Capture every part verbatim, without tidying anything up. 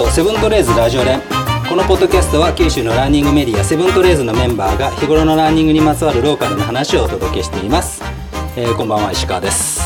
トセブントレーズラジオ連。このポッドキャストは九州のランニングメディアセブントレーズのメンバーが日頃のランニングにまつわるローカルな話をお届けしています。えー、こんばんは、石川です。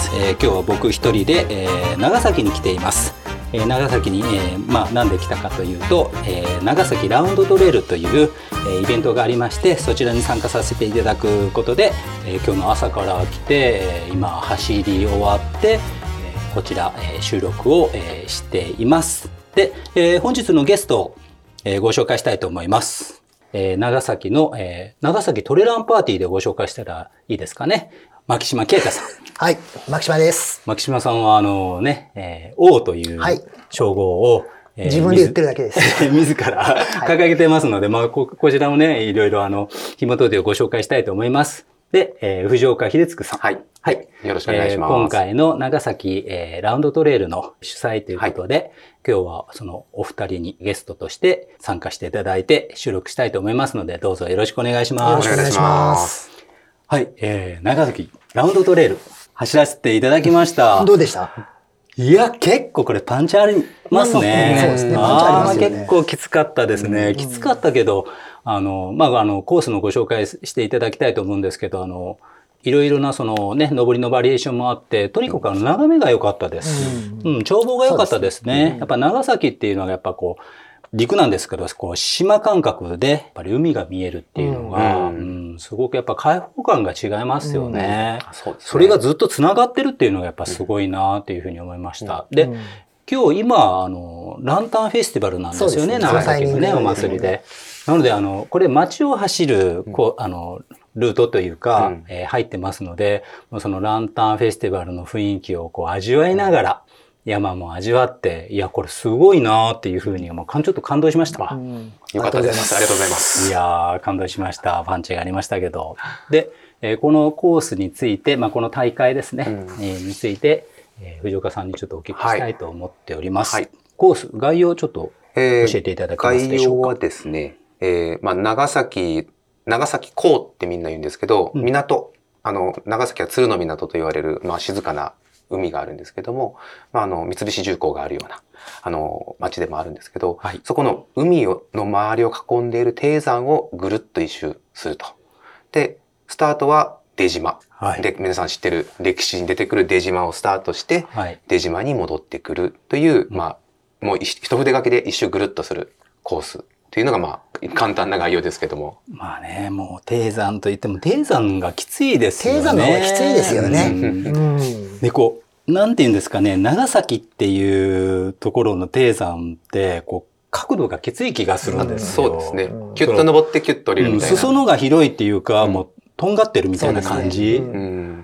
えー、今日は僕一人で、えー、長崎に来ています。えー、長崎に、えーまあ、なんで来たかというと、えー、長崎ラウンドトレイルという、えー、イベントがありまして、そちらに参加させていただくことで、えー、今日の朝から来て、えー、今走り終わって、えー、こちら、えー、収録を、えー、しています。で、えー、本日のゲストを、えー、ご紹介したいと思います。えー、長崎の、えー、長崎トレランパーティーでご紹介したらいいですかね。牧島啓太さん。 はい、牧島です。 牧島さんはあのね、えー、王という称号を、はいえー、自分で言ってるだけです。 自ら掲げてますので、はい、まあこ、こちらもね、いろいろあの、紐解いてご紹介したいと思います。で、えー、藤岡秀嗣さん。 はい。はい。よろしくお願いします。 えー、今回の長崎、えー、ラウンドトレイルの主催ということで、はい、今日はそのお二人にゲストとして参加していただいて収録したいと思いますので、どうぞよろしくお願いします。 よろしくお願いします。 はい、えー、長崎ラウンドトレイル走らせていただきました。 どうでした？ いや、結構これパンチありますね。 そうですね。パンチありますよね。 結構きつかったですね。きつかったけど、あの、まあ、あの、コースのご紹介していただきたいと思うんですけど、あの、いろいろなそのね、上りのバリエーションもあって、とにかくあの、眺めが良かったです。うん、うん、眺望が良かったですね。すやっぱ長崎っていうのがやっぱこう、陸なんですけど、こう、島感覚で、やっぱり海が見えるっていうのが、うんうん、すごくやっぱ開放感が違いますよね。うん、そうですね。それがずっと繋がってるっていうのがやっぱすごいなっていうふうに思いました。うん、で、うん、今日今、あの、ランタンフェスティバルなんですよね、長崎のね、お祭りで。なので、あの、これ街を走る、こう、あの、ルートというか、うんえー、入ってますので、そのランタンフェスティバルの雰囲気をこう味わいながら、山も味わって、いや、これすごいなーっていうふうに、まあ、ちょっと感動しました。 うん、よかったです。ありがとうございます。 いやー、感動しました。パンチがありましたけど。で、えー、このコースについて、まあ、この大会ですね、うんえー、について、えー、藤岡さんにちょっとお聞きしたいと思っております。はい、コース、概要をちょっと教えていただけますでしょうか。 概要はですね、えー、まあ、長崎、長崎港ってみんな言うんですけど、うん、港、あの、長崎は鶴の港と言われる、まあ、静かな海があるんですけども、まあ、あの、三菱重工があるような、あの、町でもあるんですけど、はい、そこの海をの周りを囲んでいる低山をぐるっと一周すると。で、スタートは出島。はい、で、皆さん知ってる歴史に出てくる出島をスタートして、はい、出島に戻ってくるという、うん、まあ、もう一筆書きで一周ぐるっとするコース。というのがまあ簡単な概要ですけども。 まあね、もう低山といっても低山がきついですよね。 低山の方がきついですよね。うんうん、でこうなんていうんですかね、長崎っていうところの低山ってこう角度がきつい気がするんですよ。 そうですね。キュッと登ってキュッと降りるみたいな。 うん、裾野が広いっていうか、うん、もうとんがってるみたいな感じ。ねうん、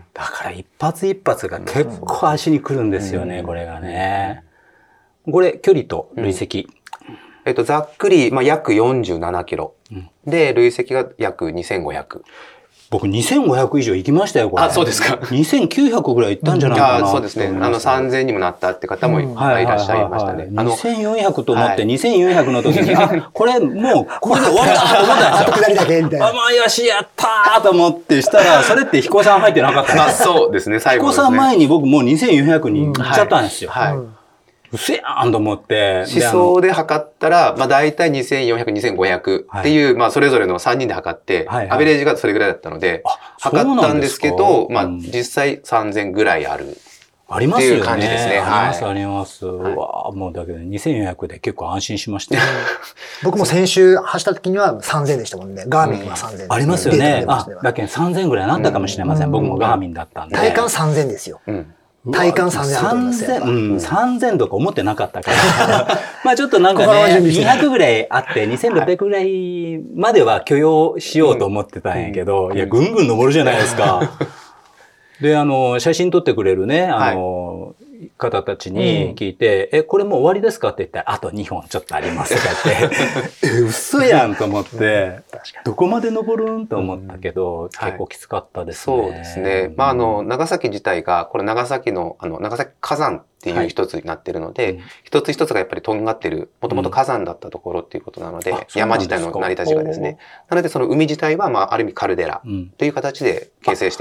だから一発一発が結構足にくるんですよね、うん、これがね。これ距離と累積。うんえっと、ざっくり、まあ、約よんじゅうななキロ。うん、で、累積が約にせんごひゃく。 僕にせんごひゃく以上行きましたよ、これ。 あ、そうですか。 にせんきゅうひゃくぐらい行ったんじゃないかな、うん、 あそうですね。あの、さんぜんにもなったって方もいっぱいいらっしゃいましたね。 にせんよんひゃくと思って、はい、にせんよんひゃくの時に、あ、これもう、これで終わったと思ったんですよ。 下りだけみたいな。 あ、まあ、よし、やったーと思ってしたら、それって彦さん入ってなかったんです。 まあ、そうですね、最後ですね。 彦さん前に僕もうにせんよんひゃくに行っちゃったんですよ。はい。はいうせやんと思って。 思想で測ったら、まあ大体にせんよんひゃく、にせんごひゃくっていう、はい、まあそれぞれのさんにんで測って、はいはい、アベレージがそれぐらいだったので、測ったんですけど、まあ実際さんぜんぐらいある。 ありますよね。 っていう感じですね。 あります、あります。うわもうだけどにせんよんひゃくで結構安心しました。 僕も先週走った時にはさんぜんでしたもんね。ガーミンはさんぜん、うん。 ありますよね。あ、だけどさんぜんぐらいなったかもしれません。うん、僕もガーミンだったんで。 体感さんぜんですよ。うん体感さんぜんあると思いますよ。 うん、さんぜんとか思ってなかったから。まあちょっとなんかね、にひゃくぐらいあってにせんろっぴゃくぐらいまでは許容しようと思ってたんやけど、いや、ぐんぐん登るじゃないですか。で、あの、写真撮ってくれるね、あの、はい、方たちに聞いて、うん、え、これもう終わりですかって言ったら、あとにほんちょっとありますとかって、え、嘘やんと思って、どこまで登るんと思ったけど、うん、結構きつかったですね。 はい、そうですね。まあ、あの、長崎自体が、これ長崎の、あの、長崎火山っていう一つになってるので、はいうん、一つ一つがやっぱりとんがってる、もともと火山だったところっていうことなので、うん、山自体の成り立ちがですね。なので、その海自体は、まあ、ある意味カルデラという形で形成してる。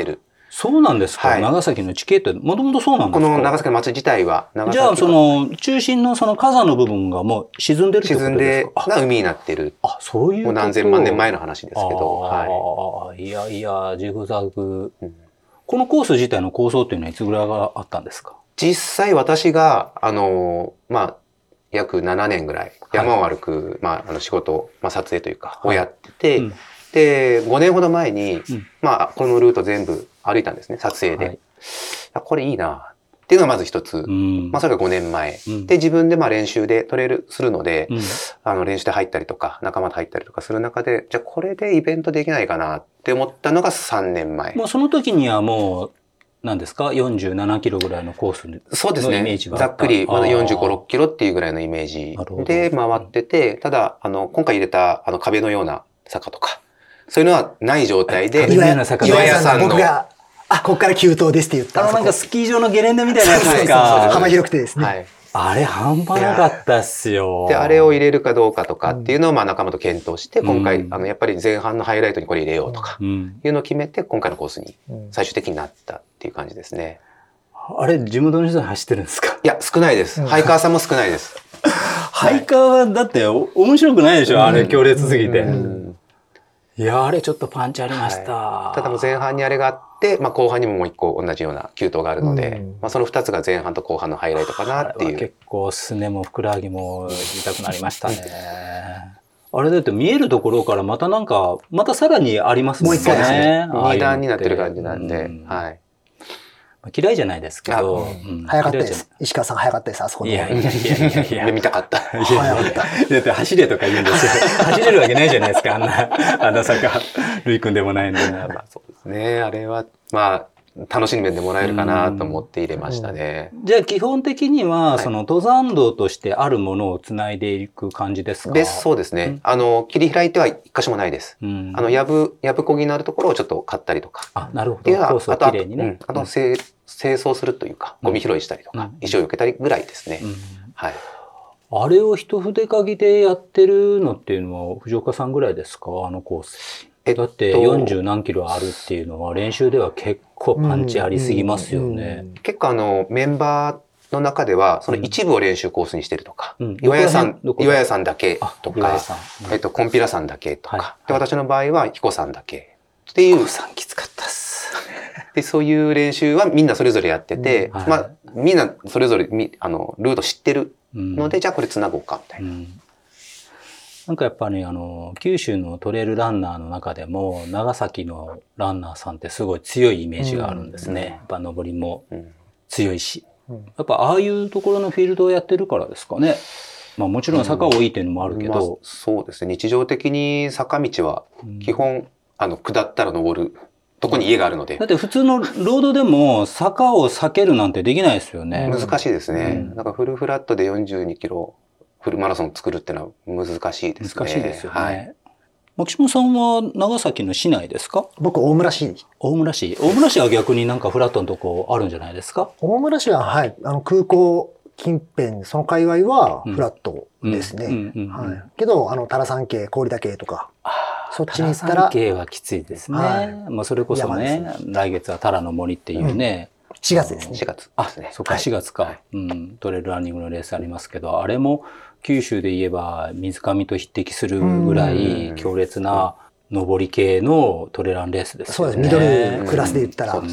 そうなんですか、 はい、 長崎の地形ってもともとそうなんですか。 この長崎の町自体は長崎。 じゃあその中心のその火山の部分がもう沈んでるってことですか。 沈んでな海になってる。 あ、そういうこと。 もう何千万年前の話ですけど。 あ、はい、いやいや、ジグザグ、うん。このコース自体の構想っていうのはいつぐらいがあったんですか。 実際私が、あの、まあ、約ななねんぐらい山を歩く、はい、まあ、あの仕事、まあ、撮影というか、をやってて、はい、うん、で、ごねんほど前に、うん、まあ、このルート全部歩いたんですね、撮影で。はい、これいいなっていうのがまず一つ。うん、まあ、それがごねんまえ。うん、で、自分でまあ練習でトレイルするので、うん、あの練習で入ったりとか、仲間と入ったりとかする中で、じゃあこれでイベントできないかなって思ったのがさんねんまえ。 もうその時にはもう、何ですか ?よんじゅうななキロぐらいのコースのイメージがあった。 そうですね。ざっくり、まだよんじゅうご、ろっキロっていうぐらいのイメージで回ってて、ただ、あの、今回入れたあの壁のような坂とか、そういうのはない状態で、 岩屋さんの僕が、あ、ここから急登ですって言った。 あのなんかスキー場のゲレンデみたいなやつですか。 幅広くてですね。はい。 あれ半端なかったっすよ。 で、あれを入れるかどうかとかっていうのをまあ仲間と検討して、今回、あの、やっぱり前半のハイライトにこれ入れようとか、いうのを決めて、今回のコースに最終的になったっていう感じですね。 あれ、地元の人に走ってるんですか？ いや、少ないです。ハイカーさんも少ないです。 ハイカーはだって面白くないでしょ、あれ強烈すぎて。いや、あれちょっとパンチありました。 はい、ただもう前半にあれがあって、まあ後半にももう一個同じような急登があるので、うん、まあその二つが前半と後半のハイライトかなっていう。 結構すねもふくらはぎも痛くなりましたね。あれだって見えるところからまたなんか、またさらにありますもんね。もう一回ですね。 二段になってる感じなんで、うん、はい。 嫌いじゃないですけど。 うん、早かったです。石川さん早かったです、あそこの。 いやいやいやいやいや。 見たかった。 早かった。 だって走れとか言うんですよ。走れるわけないじゃないですか、あんな、あんな坂。ルイ君でもないんで。 まあそうですね。あれは、まあ、楽しんでもらえるかなと思って入れましたね。 うん、じゃあ基本的には、その登山道としてあるものをつないでいく感じですか？ で、そうですね。うん、あの、切り開いては一箇所もないです。うん、あの、やぶ、やぶこぎのあるところをちょっと買ったりとか。 あ、なるほど。 っていうのは、 コースをきれいにね。 うん、あと、清掃するというか、ゴミ拾いしたりとか、うん、石を避けたりぐらいですね。うん、はい。 あれを一筆書きでやってるのっていうのは、藤岡さんぐらいですか？あのコース。えっと、だってよんじゅう何キロあるっていうのは練習では結構パンチありすぎますよね。 結構あのメンバーの中ではその一部を練習コースにしてるとか、うん、岩屋さん、岩屋さんだけとか、うん、えっとコンピラさんだけとか、はい、で私の場合は彦さんだけっていう。 彦さんきつかったっす。 でそういう練習はみんなそれぞれやってて、うんはい、まあみんなそれぞれみあのルート知ってるので、うん、じゃあこれつなごうかみたいな。うんなんかやっぱりあの九州のトレイルランナーの中でも長崎のランナーさんってすごい強いイメージがあるんですね。うん、やっぱ登りも強いし、うん、やっぱああいうところのフィールドをやってるからですかね。まあもちろん坂多いっていうのもあるけど、うんまあ、 そうですね。日常的に坂道は基本、うん、あの下ったら登るとこに家があるので。 だって普通のロードでも坂を避けるなんてできないですよね。 難しいですね。うん、なんかフルフラットでよんじゅうにキロ。フルマラソンを作るっていうのは難しいですね。 難しいですよね。はい、牧島さんは長崎の市内ですか？ 僕、大村市。 大村市。大村市は逆になんかフラットのとこあるんじゃないですか？大村市は、はい。あの、空港近辺、その界隈はフラットですね。けど、あの、多良山系、氷田系とか、そっちに行ったら。 多良山系はきついですね。はい、まあそれこそね、ね来月は多良の森っていうね、 うん、しがつですね。 しがつですね。あ、そっか、しがつか、はい。うん。トレイルランニングのレースありますけど、あれも九州で言えば水上と匹敵するぐらい強烈な上り系のトレランレースですよね。 そうです。ミドルクラスで言ったら。はい。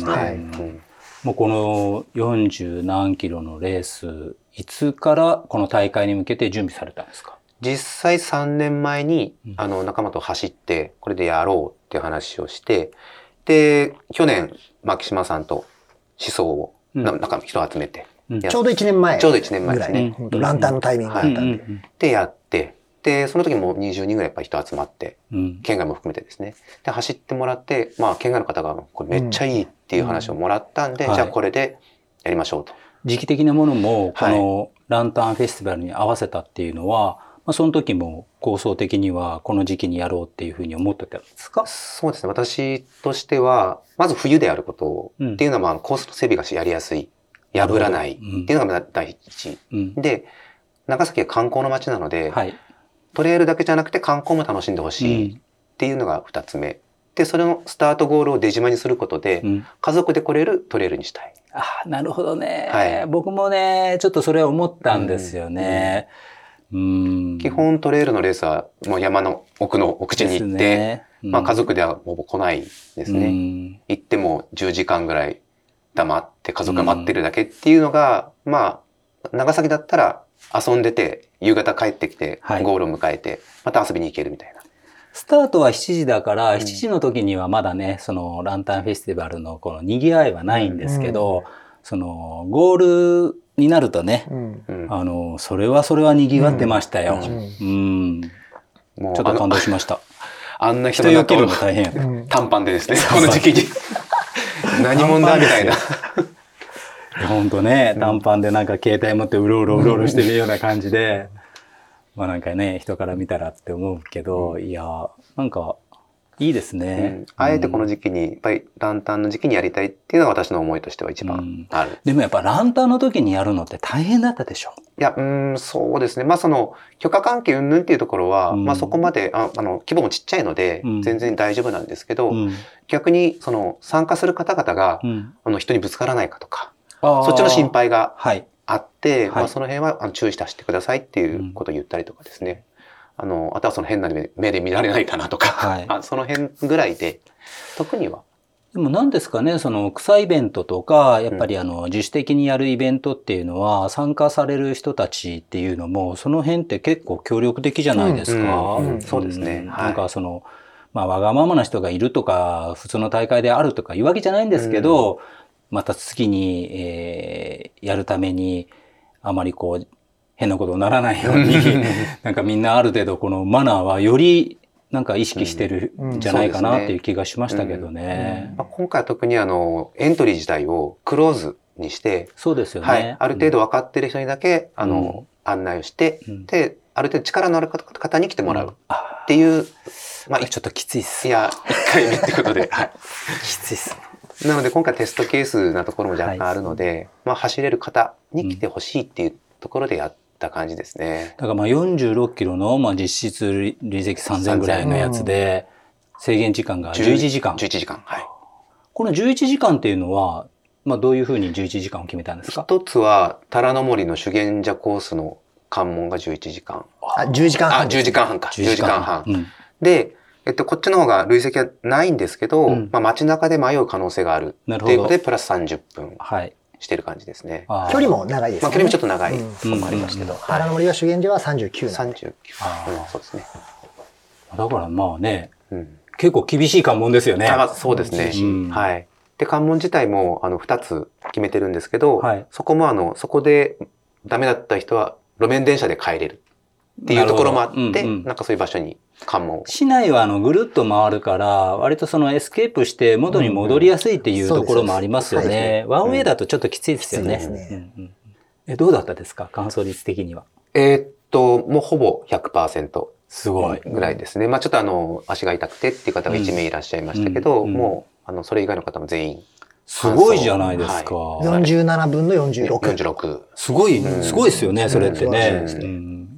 もうこのよんじゅう何キロのレース、いつからこの大会に向けて準備されたんですか？ 実際さんねんまえに、あの、仲間と走って、これでやろうっていう話をして、で、去年、牧島さんと思想を、うん、なんか人を集めて、 うん、ちょうどいちねんまえ。 ちょうどいちねんまえですね。 うん、ランタンのタイミングだったんで。はい、 で、やって、で、その時もにじゅうにんぐらいやっぱり人集まって、うん、県外も含めてですね。で、走ってもらって、まあ、県外の方が、これめっちゃいいっていう話をもらったんで、うん、じゃあこれでやりましょうと。 時期的なものも、このランタンフェスティバルに合わせたっていうのは、はいまあ、その時も構想的にはこの時期にやろうっていうふうに思ってたんですか？ そうですね。私としては、まず冬であることっていうのは、まあ、コースの整備がやりやすい。破らないっていうのが第一、うん、で長崎は観光の街なので、はい、トレイルだけじゃなくて観光も楽しんでほしいっていうのが二つ目でそれのスタートゴールを出島にすることで、うん、家族で来れるトレイルにしたい。 あ、なるほどね、はい、僕もねちょっとそれは思ったんですよね。 うんうん、基本トレイルのレースはもう山の奥の奥地に行って、ねうんまあ、家族ではほぼ来ないですね、うん、行ってもじゅうじかんぐらい黙って家族が待ってるだけっていうのが、うん、まあ長崎だったら遊んでて夕方帰ってきてゴールを迎えて、はい、また遊びに行けるみたいな。 スタートはしちじだから、うん、しちじの時にはまだねそのランタンフェスティバルのこの賑わいはないんですけど、うん、そのゴールになるとね、うん、あのそれはそれは賑わってましたよ、うんうんうん、もうちょっと感動しました。 あんな人の中を大変短パンでですねこの時期に何者だみたいな本当ね短パンでなんか携帯持ってうろうろうろうろしてるような感じでまあなんかね人から見たらって思うけど、うん、いやなんかいいですね、 うん、あえてこの時期にやっぱりランタンの時期にやりたいっていうのが私の思いとしては一番ある、うん、 でもやっぱランタンの時にやるのって大変だったでしょ。 いやうんそうですねまあその許可関係云々っていうところは、うん、まあそこまでああの規模もちっちゃいので全然大丈夫なんですけど、うん、逆にその参加する方々が、うん、あの人にぶつからないかとかそっちの心配があって、はいまあ、その辺はあの注意して走ってくださいっていうことを言ったりとかですね、あのあとはその変な目で見られないかなとか、はい、あその辺ぐらいで特には。 でも何ですかねその草イベントとかやっぱりあの自主的にやるイベントっていうのは参加される人たちっていうのもその辺って結構協力的じゃないですか。 うんうんうん、そうですね、うん、 なんかその、まあ、わがままな人がいるとか普通の大会であるとかいうわけじゃないんですけど、うんまた次に、えー、やるためにあまりこう変なことにならないようになんかみんなある程度このマナーはよりなんか意識してるんじゃないかなっていう気がしましたけどね。 今回は特にあのエントリー自体をクローズにしてそうですよね、 はい、ある程度分かってる人にだけ、うん、あの案内をして、うん、である程度力のある方に来てもらうっていう、うん、 まあちょっときついっす。 いや一回目ってことで、はい、 きついっす。 なので今回テストケースなところも若干あるので、はい、まあ走れる方に来てほしいっていうところでやった感じですね。 だからまあよんじゅうろっキロのまあ実質累積さんぜんぐらいのやつで制限時間がじゅういちじかん。 じゅういちじかん。はい。 このじゅういちじかんっていうのはまあどういうふうにじゅういちじかんを決めたんですか？ 一つは虎ノ森の修験者コースの関門がじゅういちじかん。 あ、じゅうじかんはん。 あ、じゅうじかんはんか。じゅうじかんはん。うん、で、えっと、こっちの方が累積はないんですけど、うん、まあ街中で迷う可能性があるっていうことでプラスさんじゅっぷんしてる感じですね。 はい、距離も長いですね。 まあ距離もちょっと長いとこもありますけど。 虎ノ森は修験所はさんじゅうきゅうなんで。 さんじゅうきゅう。うん、そうですね。 だからまあね、うん、結構厳しい関門ですよね。 あ、そうですね。うん、はい。で、関門自体もあのふたつ決めてるんですけど、はい、そこもあの、そこでダメだった人は路面電車で帰れるっていうところもあって、うんうん、なんかそういう場所に関門を。 市内はあのぐるっと回るから、割とそのエスケープして元に戻りやすいっていうところもありますよね。ワンウェイだとちょっときついですよね。うんねうんうん、えどうだったですか？完走率的には。 えー、っと、もうほぼ ひゃくパーセント。 すごい。 ぐらいですね。まあちょっとあの、足が痛くてっていう方がいちめいいらっしゃいましたけど、うんうん、もう、あの、それ以外の方も全員。 すごいじゃないですか。 はい、よんじゅうななぶんのよんじゅうろく。 よんじゅうろく。 すごい、すごいですよね、それってね。うん、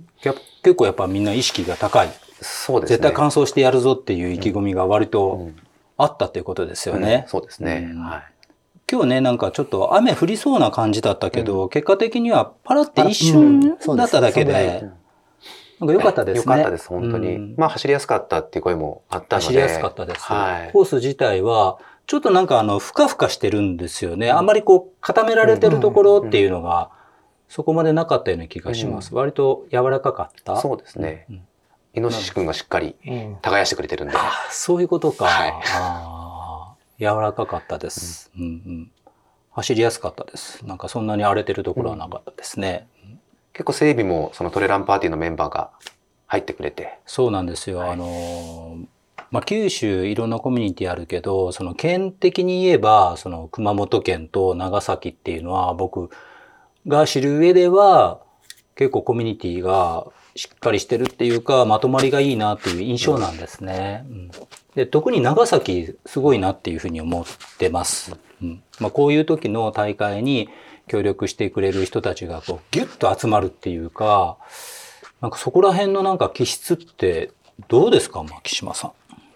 結構やっぱみんな意識が高い。 そうですね。 絶対完走してやるぞっていう意気込みが割とあったっていうことですよね。 うんうん、そうですね。うん、はい。 今日ね、なんかちょっと雨降りそうな感じだったけど、うん、結果的にはパラって一瞬だっただけで、なんか良かったですね。 良かったです、本当に。うん、まあ走りやすかったっていう声もあったので。 走りやすかったです。はい、コース自体は、ちょっとなんかあの、ふかふかしてるんですよね。あんまりこう、固められてるところっていうのが、そこまでなかったような気がします。うん、割と柔らかかった。 そうですね。うん、イノシシ君がしっかり耕してくれてるんで。うん、 あそういうことか。はい、あ柔らかかったです、うんうん。走りやすかったです。なんかそんなに荒れてるところはなかったですね。 うん、結構整備もそのトレランパーティーのメンバーが入ってくれて。 そうなんですよ。はい、あのまあ、九州いろんなコミュニティあるけど、その県的に言えば、その熊本県と長崎っていうのは僕が知る上では結構コミュニティがしっかりしてるっていうか、まとまりがいいなっていう印象なんですね。うん、で特に長崎すごいなっていうふうに思ってます。うんまあ、こういう時の大会に協力してくれる人たちがこうギュッと集まるっていうか、なんかそこら辺のなんか気質ってどうですか、牧島さん。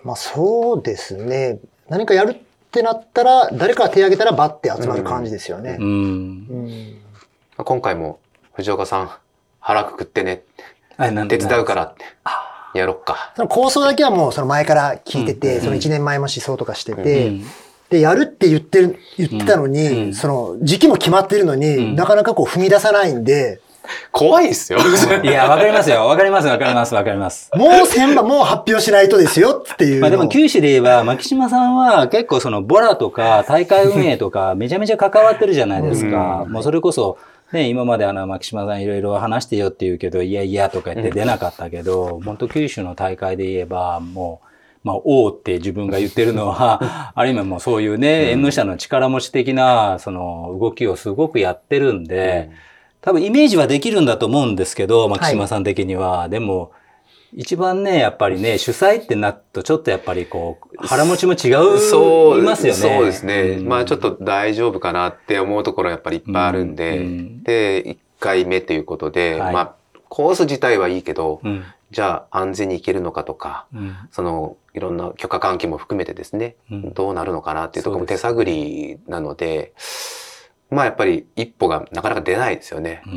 まあそうですね。何かやるってなったら、誰かが手を挙げたらバッて集まる感じですよね。 うん。 うん、 今回も藤岡さん腹くくってね。 あ、なんで手伝うからって。やろっか。 その構想だけはもうその前から聞いてて、うん、そのいちねんまえも思想とかしてて、うん、で、やるって言ってる、言ってたのに、うん、その時期も決まってるのに、うん、なかなかこう踏み出さないんで、 怖いですよ。 いや、わかりますよ。わかります、わかります、わかります。 もう千番、もう発表しないとですよっていう。 まあでも九州で言えば、牧島さんは結構そのボラとか大会運営とかめちゃめちゃ関わってるじゃないですか。もうそれこそ、ね、今まであの、牧島さんいろいろ話してよって言うけど、いやいやとか言って出なかったけど、本当九州の大会で言えば、もう、まあ、王って自分が言ってるのは、ある意味もうそういうね、縁の下の力持ち的な、その動きをすごくやってるんで、多分イメージはできるんだと思うんですけど、牧島さん的には。はい、でも、一番ね、やっぱりね、主催ってなるとちょっとやっぱりこう、腹持ちも違う、 そう、 いますよね。 そうですね。うん、まあちょっと大丈夫かなって思うところやっぱりいっぱいあるんで、うん、で、いっかいめということで、はい、まあコース自体はいいけど、うん、じゃあ安全に行けるのかとか、うん、そのいろんな許可関係も含めてですね、うん、どうなるのかなっていうところも手探りなので、まあやっぱり一歩がなかなか出ないですよね。うん、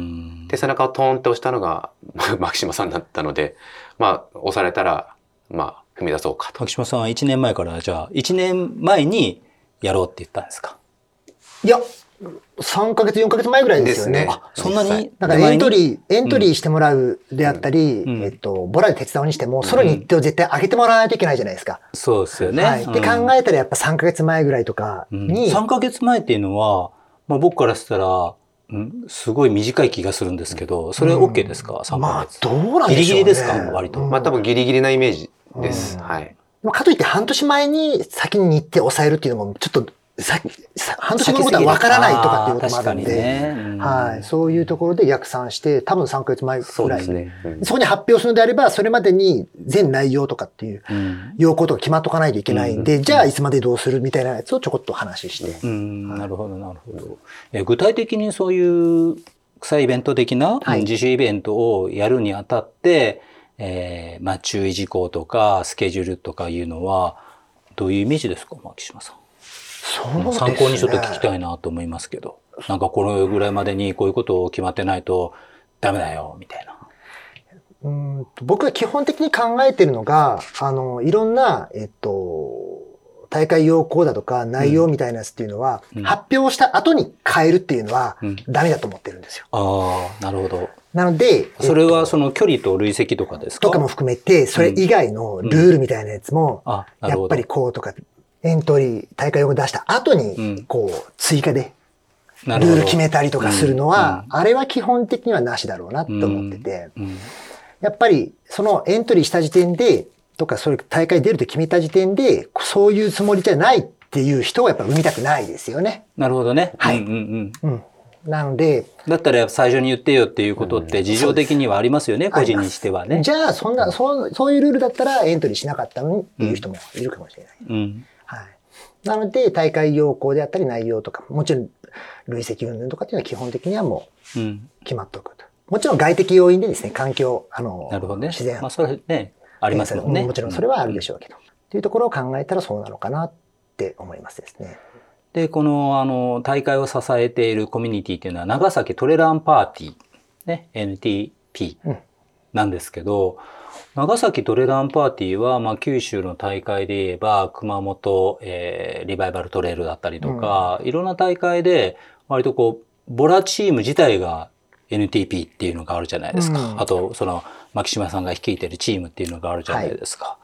で、背中をトーンって押したのが牧島さんだったので、まあ押されたら、まあ踏み出そうかと。 牧島さんはいちねんまえからじゃあいちねんまえにやろうって言ったんですか？ いや、さんかげつ、よんかげつまえぐらいですよね。 ですね。あ、そんなに？ だからエントリー、エントリーしてもらうであったり、うん、えっと、ボラで手伝うにしても、その日程を絶対上げてもらわないといけないじゃないですか。 そうですよね。 はい。で、考えたらやっぱさんかげつまえぐらいとかに。 うん、さんかげつまえっていうのは、まあ僕からしたら、うん、すごい短い気がするんですけど、それ OK ですか？ さんかげつ。 まあ、どうなんでしょうね。 ギリギリですか？割と。 まあ多分ギリギリなイメージです。 うん、 はい。 かといって半年前に先に日程を抑えるっていうのもちょっとさ半年後のことは分からないとかっていうこともあるんで、 ね、うん、 はい、そういうところで逆算して多分さんかげつまえぐらいそ, ねうん、 そこに発表するのであればそれまでに全内容とかっていう要項とか決まっとかないといけないんで、うん、じゃあいつまでどうするみたいなやつをちょこっと話して、 うんはい、なるほどなるほど。え具体的にそういう草イベント的な、はい、自主イベントをやるにあたってえー、まあ注意事項とかスケジュールとかいうのはどういうイメージですか、牧島さん。 そうですね。 参考にちょっと聞きたいなと思いますけど、なんかこのぐらいまでにこういうことを決まってないとダメだよみたいな。 うん僕は基本的に考えてるのが、あのいろんなえっと大会要項だとか内容みたいなやつっていうのは、うん、発表した後に変えるっていうのはダメだと思ってるんですよ。 うん、ああ、なるほど。 なので、 それはその距離と累積とかですか？ とかも含めて、それ以外のルールみたいなやつも、やっぱりこうとか、エントリー、大会を出した後に、こう、追加で、ルール決めたりとかするのは、あれは基本的にはなしだろうなと思ってて、やっぱり、そのエントリーした時点で、とか、それ大会出ると決めた時点で、そういうつもりじゃないっていう人はやっぱ生みたくないですよね。 なるほどね。 はい。 うんうんうん。 なので。 だったら最初に言ってよっていうことって事情的にはありますよね、うん、個人にしてはね。 じゃあ、そんな、そう、そういうルールだったらエントリーしなかったのにっていう人もいるかもしれない。 うん。 はい。なので、大会要項であったり内容とか、もちろん累積云々とかっていうのは基本的にはもう決まっておくと。うん、もちろん外的要因でですね、環境、あの、 なるほどね、 自然。 まあ、それね、ありますもんね。 もちろんそれはあるでしょうけど。うん、っていうところを考えたらそうなのかなって思いますですね。 で、この、あの、大会を支えているコミュニティっていうのは、長崎トレランパーティー、ね、エヌティーピー なんですけど、うん、長崎トレランパーティーは、まあ、九州の大会で言えば、熊本、えー、リバイバルトレイルだったりとか、うん、いろんな大会で、割とこう、ボラチーム自体が エヌティーピー っていうのがあるじゃないですか。うん、あと、その、牧島さんが率いてるチームっていうのがあるじゃないですか。はい、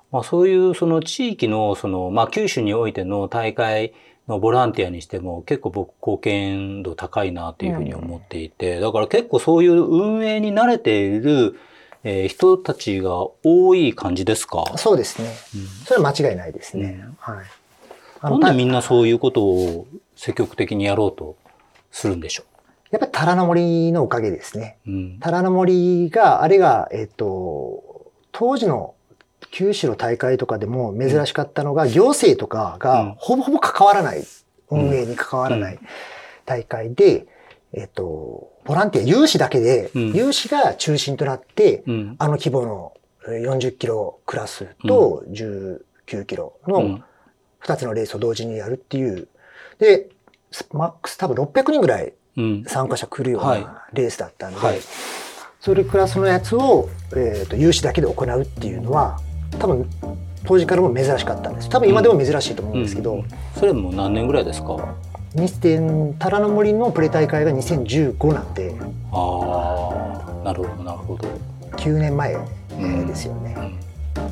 まあ、そういう、その地域の、その、まあ、九州においての大会、のボランティアにしても結構僕貢献度高いなというふうに思っていて、だから結構そういう運営に慣れている人たちが多い感じですか？ そうですね。うん、それは間違いないですね。うん、はい。 なんでみんなそういうことを積極的にやろうとするんでしょう？ やっぱり虎ノ森のおかげですね。うん、虎ノ森が、あれが、えっと、当時の九州の大会とかでも珍しかったのが、行政とかがほぼほぼ関わらない、運営に関わらない大会で、えっと、ボランティア、有志だけで、有志が中心となって、あの規模のよんじゅっキロクラスとじゅきゅうキロのふたつのレースを同時にやるっていう。で、マックス多分ろっぴゃくにんぐらい参加者来るようなレースだったんで、はいはい、それクラスのやつを、えーと、有志だけで行うっていうのは、多分当時からも珍しかったんです。多分今でも珍しいと思うんですけど。うんうん、 それも何年ぐらいですか？ 虎ノ森のプレ大会がにせんじゅうごなんで。 ああ、なるほどなるほど。 きゅうねんまえですよね。うんうん、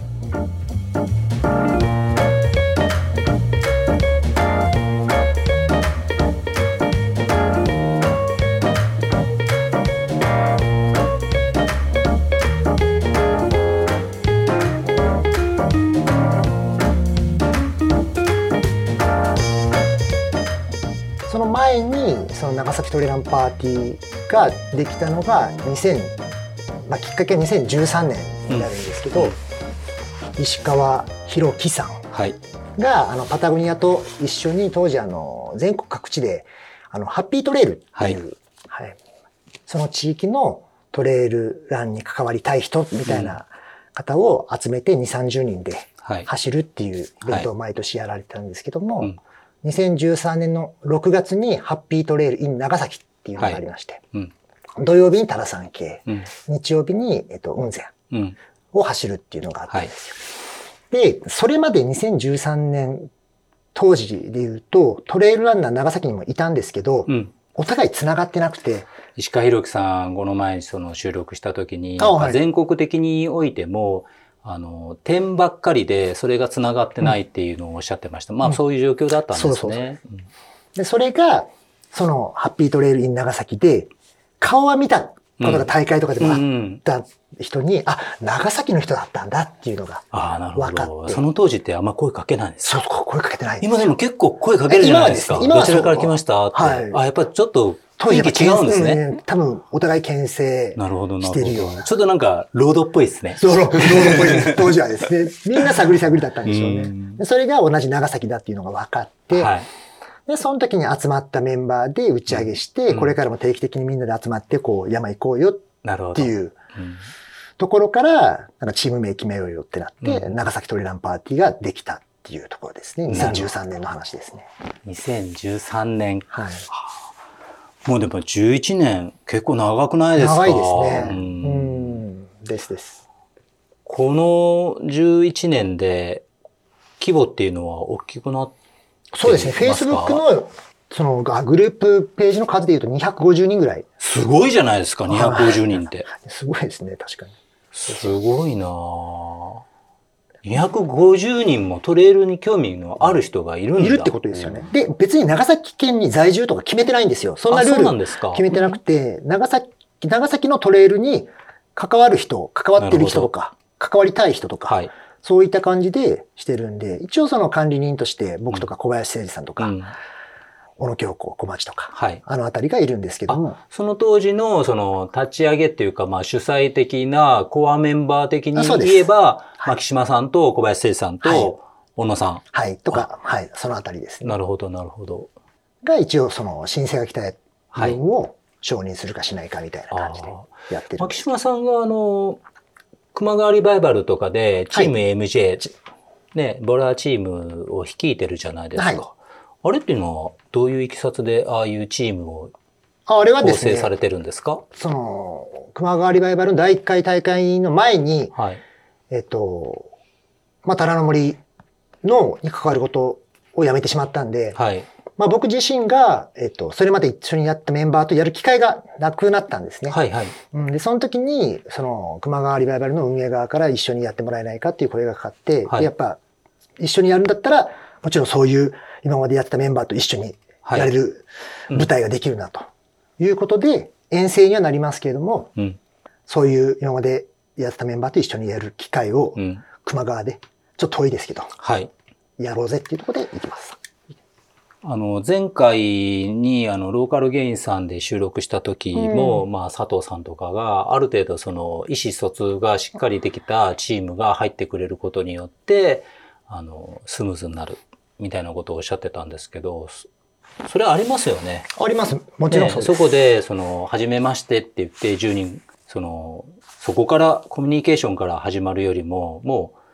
その前にその長崎トレランパーティーができたのがにせん、まあ、きっかけはにせんじゅうさんねんになるんですけど、うん、石川博樹さんが、はい、あのパタゴニアと一緒に当時あの全国各地であのハッピートレイルっていう、はいはい、その地域のトレイルランに関わりたい人みたいな方を集めてにじゅう、さんじゅうにんで走るっていうイベントを毎年やられてたんですけども、はいうん、にせんじゅうさんねんのろくがつにハッピートレイル in 長崎っていうのがありまして、はいうん、土曜日に多良山系、うん、日曜日に、えっと、雲仙を走るっていうのがあったんですよ。はい、で、それまでにせんじゅうさんねん当時で言うとトレイルランナー長崎にもいたんですけど、うん、お互い繋がってなくて、 石川博樹さんこの前にその収録した時に、はい、全国的においてもあの点ばっかりでそれがつながってないっていうのをおっしゃってました。うん、まあそういう状況だったんですね。そうそうそう。 でそれがそのハッピートレイルイン長崎で顔は見たことが大会とかでもあった人に、うんうん、あ、長崎の人だったんだっていうのが分かって。ああ、なるほど。 その当時ってあんま声かけないんですか？ そう、声かけてないんですよ。 今でも結構声かけるじゃないですか。今はですね、今はどちらから来ましたって。はい、あ、やっぱりちょっと雰囲気違うんですね。うん、 多分お互い牽制してるような。 ちょっとなんかロードっぽいですね。 そう、ロードっぽいです。当時はですね。みんな探り探りだったんでしょうね。うん、それが同じ長崎だっていうのが分かって、はい、で、その時に集まったメンバーで打ち上げして、うん、これからも定期的にみんなで集まって、こう、山行こうよっていうところから、なんかチーム名決めようよってなって、うん、長崎トレランパーティーができたっていうところですね。にせんじゅうさんねんの話ですね。 にせんじゅうさんねん。はい。もうでもじゅういちねん、結構長くないですか？ 長いですね。うん。うんですです。 このじゅういちねんで規模っていうのは大きくなってそうですね。Facebook のそのグループページの数で言うとにひゃくごじゅうにんぐらい。 すごいじゃないですか、にひゃくごじゅうにんって。 すごいですね、確かに。 すごいなぁ。にひゃくごじゅうにんもトレイルに興味のある人がいるんだ。 いるってことですよね。うん、で、別に長崎県に在住とか決めてないんですよ。そんなルール決めてなくて、長崎、長崎のトレイルに関わる人、関わってる人とか、関わりたい人とか、はい、そういった感じでしてるんで、一応その管理人として僕とか小林誠二さんとか、うん、小野京子、小町とか、はい、あのあたりがいるんですけども。 その当時のその立ち上げっていうか、まあ主催的なコアメンバー的に言えば、牧島さんと小林誠二さんと小野さん。 はい、とか、はい、そのあたりですね。 なるほど、なるほど。 が一応その申請が来た分を承認するかしないかみたいな感じでやってる。 牧島さんがあの、熊川リバイバルとかでチーム エムジェー、はい、ね、ボラーチームを率いてるじゃないですか。はい、あれっていうのはどういういきさつでああいうチームを構成されてるんですか？あれはですね、 その、熊川リバイバルのだいいっかい大会の前に、はい、えっと、まあ、虎ノ森のに関わることをやめてしまったんで、はい、まあ、僕自身が、えっと、それまで一緒にやったメンバーとやる機会がなくなったんですね。はいはい。で、その時に、その、熊川リバイバルの運営側から一緒にやってもらえないかっていう声がかかって、はい、でやっぱ、一緒にやるんだったら、もちろんそういう今までやってたメンバーと一緒にやれる舞台ができるなということで、はいうん、遠征にはなりますけれども、うん、そういう今までやってたメンバーと一緒にやる機会を、熊川で、ちょっと遠いですけど、はい、やろうぜっていうところで行きます。 あの、前回に、あの、ローカルゲインさんで収録した時も、うん、まあ、佐藤さんとかが、ある程度その、意思疎通がしっかりできたチームが入ってくれることによって、あの、スムーズになる、みたいなことをおっしゃってたんですけど、それはありますよね。 あります。もちろんそうです。 ね、そこで、その、はじめましてって言ってじゅうにん、その、そこから、コミュニケーションから始まるよりも、もう、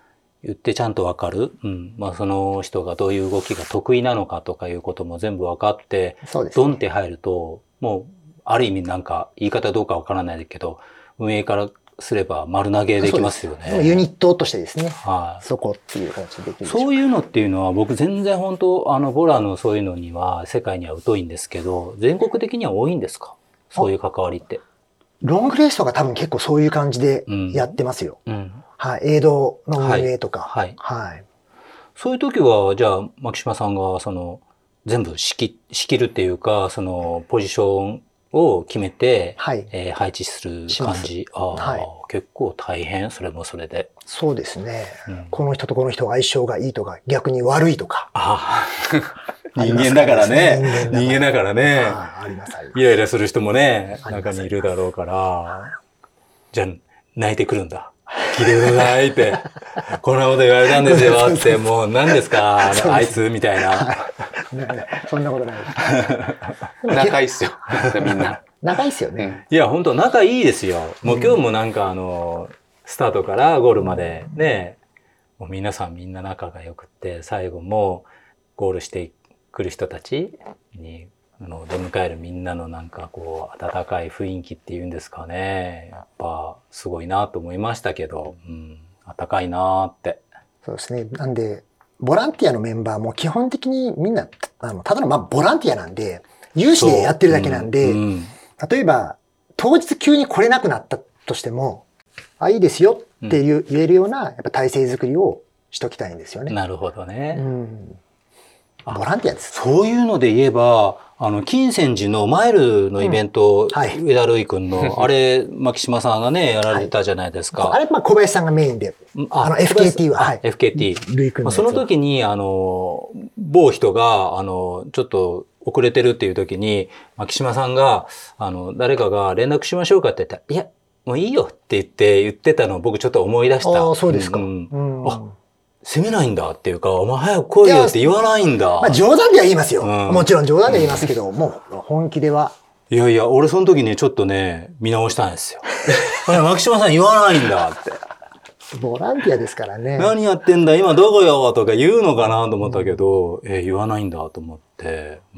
言ってちゃんとわかる。うん。まあその人がどういう動きが得意なのかとかいうことも全部わかって、そうですね、ドンって入ると、もう、ある意味なんか言い方どうかわからないけど、運営からすれば丸投げできますよね。 ユニットとしてですね。はい。そこっていう形でできる。 そういうのっていうのは僕全然本当、あの、ボラのそういうのには世界には疎いんですけど、全国的には多いんですか？そういう関わりって。 ロングレースとか多分結構そういう感じでやってますよ。うん。うん、はい。エイドの運営とか。はい。はい。はい、 そういう時は、じゃあ、牧島さんが、その、全部仕切、仕切るっていうか、その、ポジションを決めて、はい、えー、配置する感じ。ああ、はい、結構大変、それもそれで。 そうですね。うん、この人とこの人相性がいいとか、逆に悪いとか。ああ人間だからね。人間だからね。ありますあります。イライラする人もね、中にいるだろうから。じゃあ、泣いてくるんだ。聞いてくださいって。こんなこと言われたんですよって、もう何ですかあいつみたいな。 そんなことないです。仲いいっすよ。みんな。 仲いいっすよね。 いや、本当仲いいですよ。もう今日もなんかあの、スタートからゴールまでね、もう皆さんみんな仲が良くって、最後もゴールしてくる人たちに、あの出迎えるみんなのなんかこう温かい雰囲気っていうんですかね。やっぱすごいなと思いましたけど、うん、温かいなって。 そうですね。なんで、ボランティアのメンバーも基本的にみんな、あの、ただのまあボランティアなんで、有志でやってるだけなんで、うんうん、例えば、当日急に来れなくなったとしても、あ、いいですよっていう、うん、言えるような、やっぱ体制作りをしときたいんですよね。 なるほどね。うん、 ボランティアです。 そういうので言えば、あの、金泉寺のマイルのイベント、うんはい、上田瑠衣君の、あれ、牧島さんがね、やられたじゃないですか。 はい、あれ、まあ、小林さんがメインで。あの、エフケーティー は。はい。 エフケーティー。瑠衣君の。その時に、あの、某人が、あの、ちょっと遅れてるっていう時に、牧島さんが、あの、誰かが連絡しましょうかって言ったら、いや、もういいよって言って、言ってたのを僕ちょっと思い出した。 ああ、そうですか。うん。 うん、あ責めないんだっていうか、お前早く来いよって言わないんだ。 まあ冗談では言いますよ。うん、もちろん冗談では言いますけど、もう本気では。 いやいや、俺その時にちょっとね、見直したんですよ。牧島さん言わないんだって。 ボランティアですからね。 何やってんだ今どこよとか言うのかなと思ったけど、うん、えー、言わないんだと思って、うん、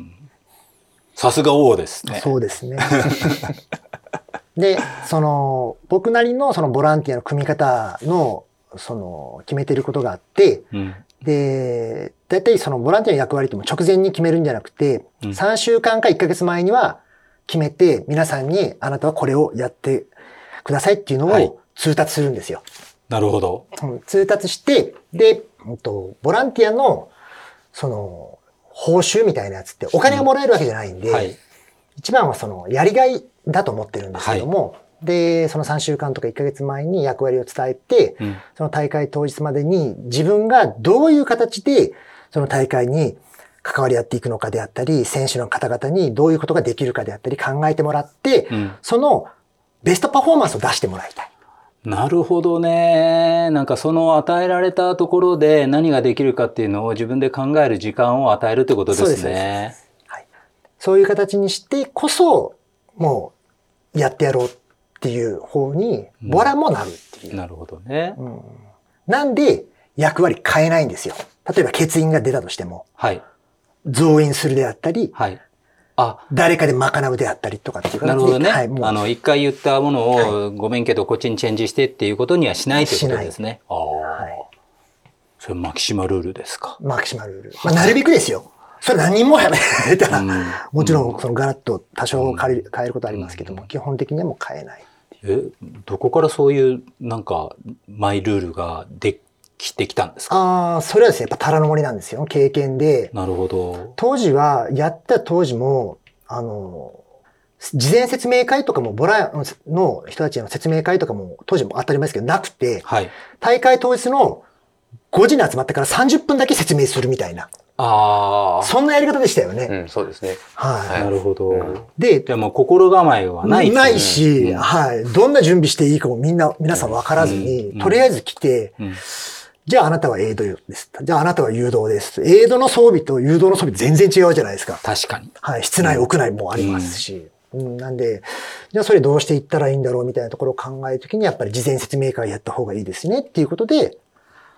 さすが王ですね。 そうですね。で、その、僕なりのそのボランティアの組み方の、その、決めてることがあって、うん、で、だいたいそのボランティアの役割っても直前に決めるんじゃなくて、うん、さんしゅうかんかいっかげつまえには決めて、皆さんにあなたはこれをやってくださいっていうのを通達するんですよ。はい、 なるほど。 通達して、で、ボランティアの、その、報酬みたいなやつってお金がもらえるわけじゃないんで、うんはい、一番はその、やりがいだと思ってるんですけども、はいで、そのさんしゅうかんとかいっかげつまえに役割を伝えて、うん、その大会当日までに自分がどういう形でその大会に関わり合っていくのかであったり、選手の方々にどういうことができるかであったり考えてもらって、うん、そのベストパフォーマンスを出してもらいたい。 なるほどね。なんかその与えられたところで何ができるかっていうのを自分で考える時間を与えるってことですね。そうですね。 はい。そういう形にしてこそ、もうやってやろうっていう方に、ボラもなるっていう。 うん、なるほどね、 うん。なんで、役割変えないんですよ。例えば欠員が出たとしても。はい。増員するであったり。はい。あ、誰かで賄うであったりとかっていう形で。 なるほどね。はい、もうあの、一回言ったものを、はい、ごめんけどこっちにチェンジしてっていうことにはしないということですね。ああ。はい。それマキシマルールですか。 マキシマルール。まあ、なるべくですよ。それ何人もやめたら、うん、もちろんそのガラッと多少変える、変えることありますけども、うん、基本的にはもう変えない。 え、どこからそういうなんかマイルールができてきたんですか？ ああ、それはですね、やっぱ虎の森なんですよ。経験で。 なるほど。 当時は、やった当時も、あの、事前説明会とかも、ボラの人たちの説明会とかも、当時も当たり前ですけど、なくて、はい、大会当日のごじに集まってからさんじゅっぷんだけ説明するみたいな。ああ。そんなやり方でしたよね。 うん、そうですね。 はい。なるほど。うん、で、でも心構えはない。 ないし、うん、はい。どんな準備していいかもみんな、皆さん分からずに、うん、とりあえず来て、うん、じゃああなたはエイドです。じゃああなたは誘導です。エイドの装備と誘導の装備全然違うじゃないですか。 確かに。 はい。室内、屋内もありますし。うん、なんで、じゃあそれどうしていったらいいんだろうみたいなところを考えるときに、やっぱり事前説明会やった方がいいですねっていうことで、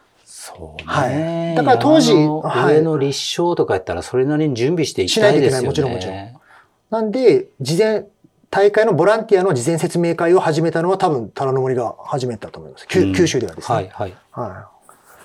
そうね。 はい。だから当時、 はい、上の立証とかやったらそれなりに準備していきたいですよね。しないといけない、もちろんもちろん。なんで、 事前、大会のボランティアの事前説明会を始めたのは多分、虎ノ森が始めたと思います。うん、九州ではですね。はい、はい。はい。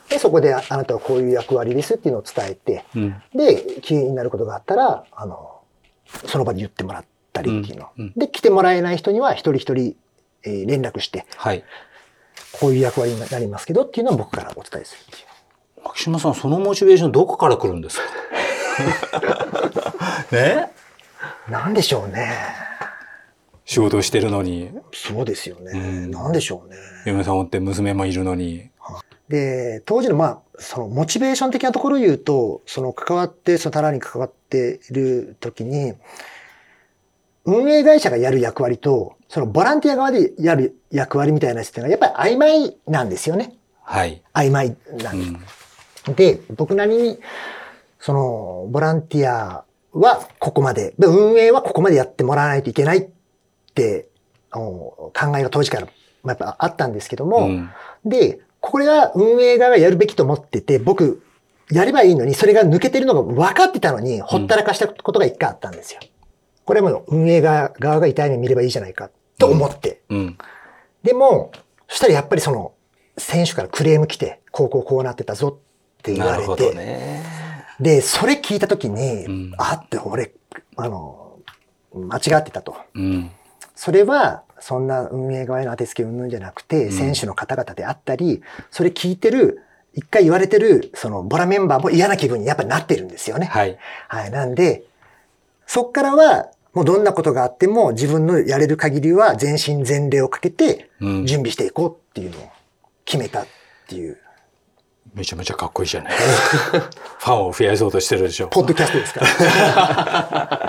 で、そこであなたはこういう役割ですっていうのを伝えて、うん、で、気になることがあったら、あの、その場で言ってもらったりっていうの。うんうん、で、来てもらえない人には一人一人、えー、連絡して、はい。こういう役割になりますけどっていうのは僕からお伝えするっていう。 牧島さん、そのモチベーションどこから来るんですかね？ なんでしょうね。 仕事をしてるのに。 そうですよね。うん、なんでしょうね。 嫁さんおって娘もいるのに。 で、当時のまあ、そのモチベーション的なところを言うと、その関わって、そのタラに関わっている時に、運営会社がやる役割と、そのボランティア側でやる役割みたいなやつっていうのはやっぱり曖昧なんですよね。はい。曖昧なんです。うん、で、僕なりに、その、ボランティアはここまで、運営はここまでやってもらわないといけないって考えが当時からやっぱあったんですけども、うん、で、これは運営側がやるべきと思ってて、僕、やればいいのに、それが抜けてるのが分かってたのに、ほったらかしたことが一回あったんですよ。これも運営側が痛い目見ればいいじゃないかと思って。うんうん、でも、そしたらやっぱりその、選手からクレーム来て、こうこうこうなってたぞって言われて。なるほどね。で、それ聞いたときに、うん、あって、俺、あの、間違ってたと。うん、それは、そんな運営側への当てつけ云々じゃなくて、選手の方々であったり、それ聞いてる、一回言われてる、その、ボラメンバーも嫌な気分にやっぱりなってるんですよね。はい。はい。なんで、そっからは、もうどんなことがあっても、自分のやれる限りは全身全霊をかけて、準備していこうっていうのを決めたっていう。 うん、めちゃめちゃかっこいいじゃないファンを増やそうとしてるでしょ。 ポッドキャストですから。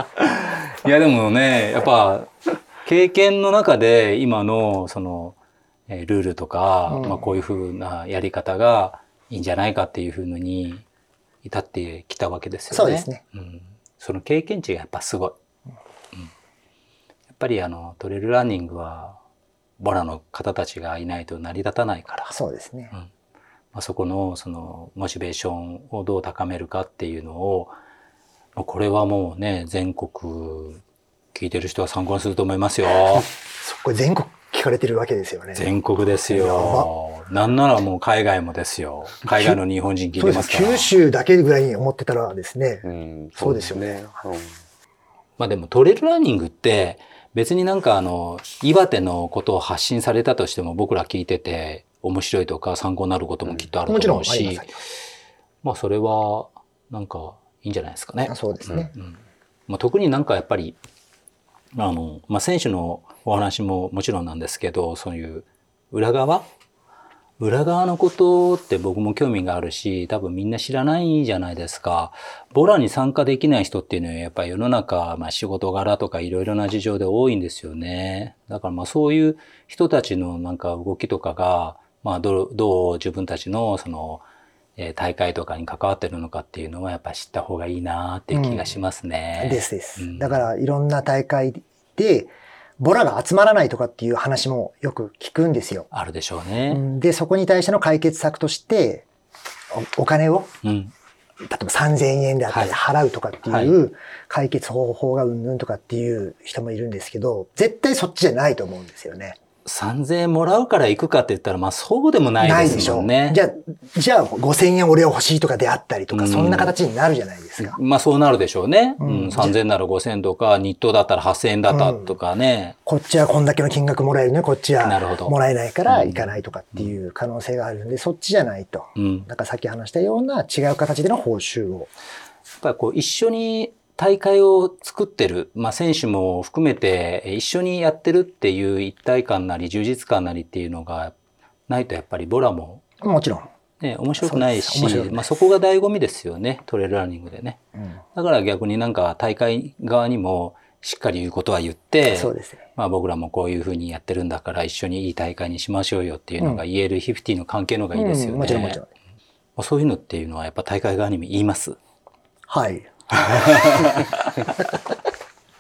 いやでもね、やっぱ、経験の中で今のそのルールとか、うん、まあこういうふうなやり方がいいんじゃないかっていうふうに至ってきたわけですよね。 そうですね。 うん、その経験値がやっぱすごい。うん、やっぱりあのトレイルランニングはボラの方たちがいないと成り立たないから。 そうですね。 うん、まあ、そこのそのモチベーションをどう高めるかっていうのを、これはもうね全国聞いてる人は参考にすると思いますよ。 これ全国聞かれてるわけですよね。 全国ですよ。なんならもう海外もですよ。海外の日本人聞いてますから。 九州だけぐらいに思ってたらですね。うん、そうですよね。うん、 まあでもトレイルランニングって別になんかあの岩手のことを発信されたとしても僕ら聞いてて面白いとか参考になることもきっとあると思うし、うん、もちろんあります。まあそれはなんかいいんじゃないですかね。 そうですね。 うんうん、まあ、特になんかやっぱりあの、まあ、選手のお話ももちろんなんですけど、そういう裏側裏側のことって僕も興味があるし、多分みんな知らないじゃないですか。ボラに参加できない人っていうのはやっぱり世の中、まあ仕事柄とかいろいろな事情で多いんですよね。だからまあそういう人たちのなんか動きとかが、まあどう、どう自分たちのその、えー、大会とかに関わってるのかっていうのはやっぱり知った方がいいなっていう気がしますね。 うん、ですです、うん。だからいろんな大会で、ボラが集まらないとかっていう話もよく聞くんですよ。 あるでしょうね。 で、そこに対しての解決策として、お, お金を、うん、例えばさんぜんえんであったり払うとかっていう解決方法がうんぬんとかっていう人もいるんですけど、絶対そっちじゃないと思うんですよね。 さんぜんえんもらうから行くかって言ったら、まあそうでもないですもんね。 ないでしょ。じゃあ、じゃあごせんえん俺は欲しいとかであったりとか、うん、そんな形になるじゃないですか。 まあそうなるでしょうね。うん、さんぜんえんならごせんえんとか、日当だったらはっせんえんだったとかね、 うん。こっちはこんだけの金額もらえるね、こっちはもらえないから行かないとかっていう可能性があるんで、そっちじゃないと。うん、なんかさっき話したような違う形での報酬を。やっぱりこう一緒に大会を作ってる、まあ選手も含めて一緒にやってるっていう一体感なり充実感なりっていうのがないとやっぱりボラももちろんね面白くないし、まあそこが醍醐味ですよね、トレイルランニングでね。うん、だから逆になんか大会側にもしっかり言うことは言って、 そうですね、 まあ僕らもこういうふうにやってるんだから一緒にいい大会にしましょうよっていうのが言えるフィフティの関係の方がいいですよね。うんうん、もちろんもちろん。まあ、そういうのっていうのはやっぱ大会側にも言います。 はい。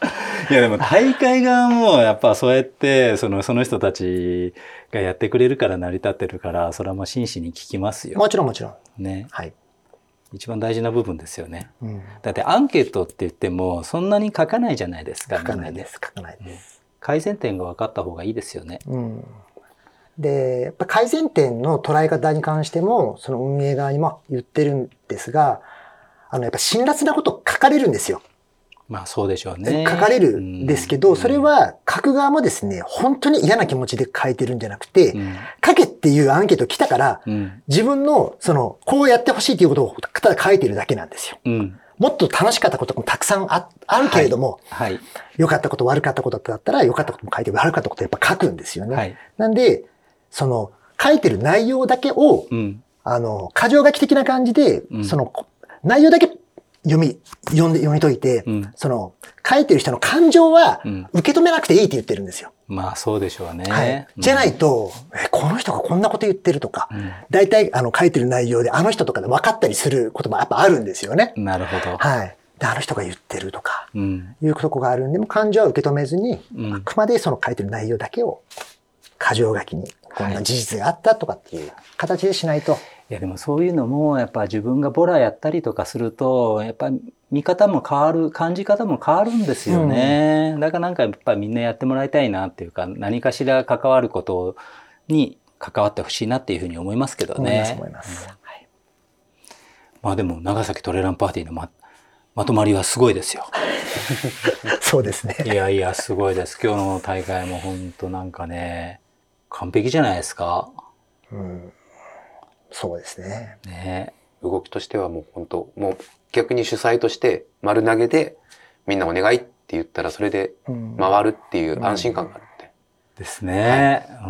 いやでも大会側もやっぱそうやってそのその人たちがやってくれるから成り立ってるから、それはまあ真摯に聞きますよ。 もちろんもちろん。 ね。 はい。 一番大事な部分ですよね。 うん、 だってアンケートって言ってもそんなに書かないじゃないですか。 書かないです。書かないです。 改善点が分かった方がいいですよね。 うん、でやっぱ改善点の捉え方に関してもその運営側にも言ってるんですが、あのやっぱ辛辣なこと書かれるんですよ。 まあそうでしょうね。 書かれるんですけど、うん、それは書く側もですね、本当に嫌な気持ちで書いてるんじゃなくて、うん、書けっていうアンケート来たから、うん、自分のそのこうやってほしいということをただ書いてるだけなんですよ。うん、もっと楽しかったこともたくさん あ, あるけれども、はいはい、良かったこと悪かったことだったら良かったことも書いて悪かったことやっぱ書くんですよね。はい、なんでその書いてる内容だけを、うん、あの箇条書き的な感じで、うん、その内容だけ読み、読んで、読み解いて、うん、その、書いてる人の感情は、受け止めなくていいって言ってるんですよ。 うん、まあ、そうでしょうね。 はい。じゃないと、うん、え、この人がこんなこと言ってるとか、うん、大体、あの、書いてる内容で、あの人とかで分かったりすることもやっぱあるんですよね。 なるほど。 はい。で、あの人が言ってるとか、うん、いうとこがあるんで、も感情は受け止めずに、うん、あくまでその書いてる内容だけを、箇条書きに、こんな事実があったとかっていう形でしないと、はい、 いやでもそういうのもやっぱ自分がボラやったりとかするとやっぱ見方も変わる、感じ方も変わるんですよね、うん、だからなんかやっぱみんなやってもらいたいなっていうか、何かしら関わることに関わってほしいなっていうふうに思いますけどね。 思います思います、うん、はい、 まあでも長崎トレランパーティーの ま, まとまりはすごいですよ。 そうですね。 いやいやすごいです。今日の大会も本当なんかね完璧じゃないですか。 うん、そうですね。 ね、動きとしてはもう本当もう逆に主催として丸投げでみんなお願いって言ったらそれで回るっていう安心感があるって、 うん、ですね、はい、うん、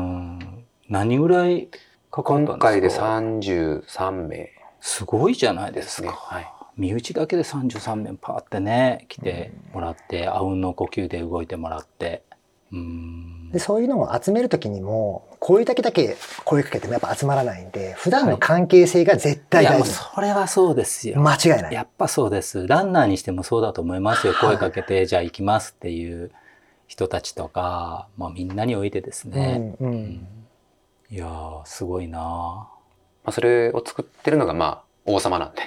何ぐらいかかったんですか？ 今回でさんじゅうさんめい。 すごいじゃないですか、 ですね、はい、 身内だけでさんじゅうさんめいパーってね来てもらって、あうんの呼吸で動いてもらって、 うん、でそういうのを集める時にもこういう時だけ声かけてもやっぱ集まらないんで、普段の関係性が絶対大事、はい、 いやそれはそうですよ。 間違いない。 やっぱそうです。ランナーにしてもそうだと思いますよ。声かけて、はい、じゃあ行きますっていう人たちとか、まあ、みんなにおいてですね、うんうんうん、いやーすごいな、まあ、それを作ってるのがまあ王様なんで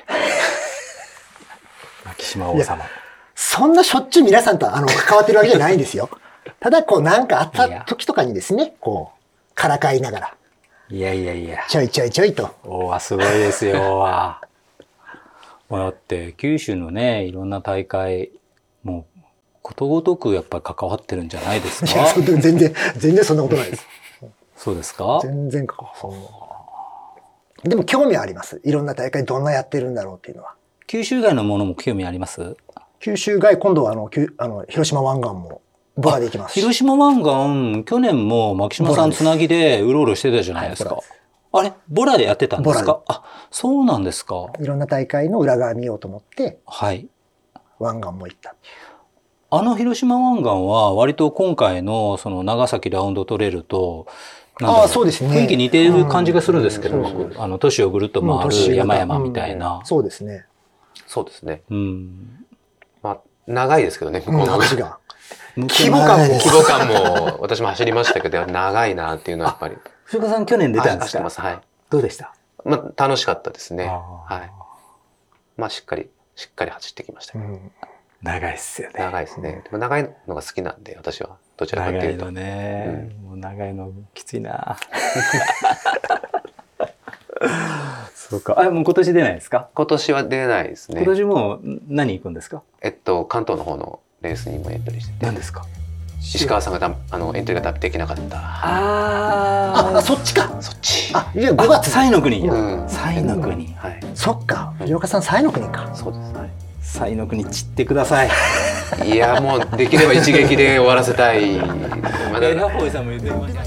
牧島王様。 そんなしょっちゅう皆さんとあの関わってるわけじゃないんですよ。ただこう何かあった時とかにですね、こうからかいながら、 いやいやいやちょいちょいちょいと。 王はすごいですよ。王はだって九州のねいろんな大会もうことごとくやっぱり関わってるんじゃないですか。 いや全然全然そんなことないです。 そうですか？ 全然関わる。でも興味はあります。いろんな大会どんなやってるんだろうっていうのは。 九州外のものも興味あります？ 九州外今度はあのあの広島湾岸もボラで行きます。 広島湾岸去年も牧島さんつなぎでうろうろしてたじゃないですか。はい、あれボラでやってたんですか？あ、そうなんですか。 いろんな大会の裏側見ようと思って、 はい、 湾岸も行った。 あの広島湾岸は割と今回のその長崎ラウンドトレイルとああそうですね。 雰囲気似ている感じがするんですけど、うん、あの都市をぐるっと回る山々みたいな、 うんうん、そうですね。 そうですね。 うん。 まあ長いですけどね、向こうの話が。規模感も規模感も私も走りましたけど長いなっていうのはやっぱり。 藤岡さん去年出たんですか？ 走ってます。はい。 どうでした？ まあ楽しかったですね。はい。まあしっかりしっかり走ってきましたけど。うん、 長いっすよね。 長いですね。でも長いのが好きなんで私はどちらかというと。 長いのね、うん。もう長いのきついな。そうか。あ、もう今年出ないですか？ 今年は出ないですね。 今年も何行くんですか？ えっと関東の方のレースにもエントリーしてて。 何ですか？ 石川さんがだあのエントリーができなかった。 ああ、そっちか。 そっち。 あ、いやごがつ。 西の国。 うん。 西の国。 はい。 そっか。藤岡さん西の国か。 そうです。はい。 西の国散ってください。 いやもうできれば一撃で終わらせたい。 まだ。ラホイさんも言ってました。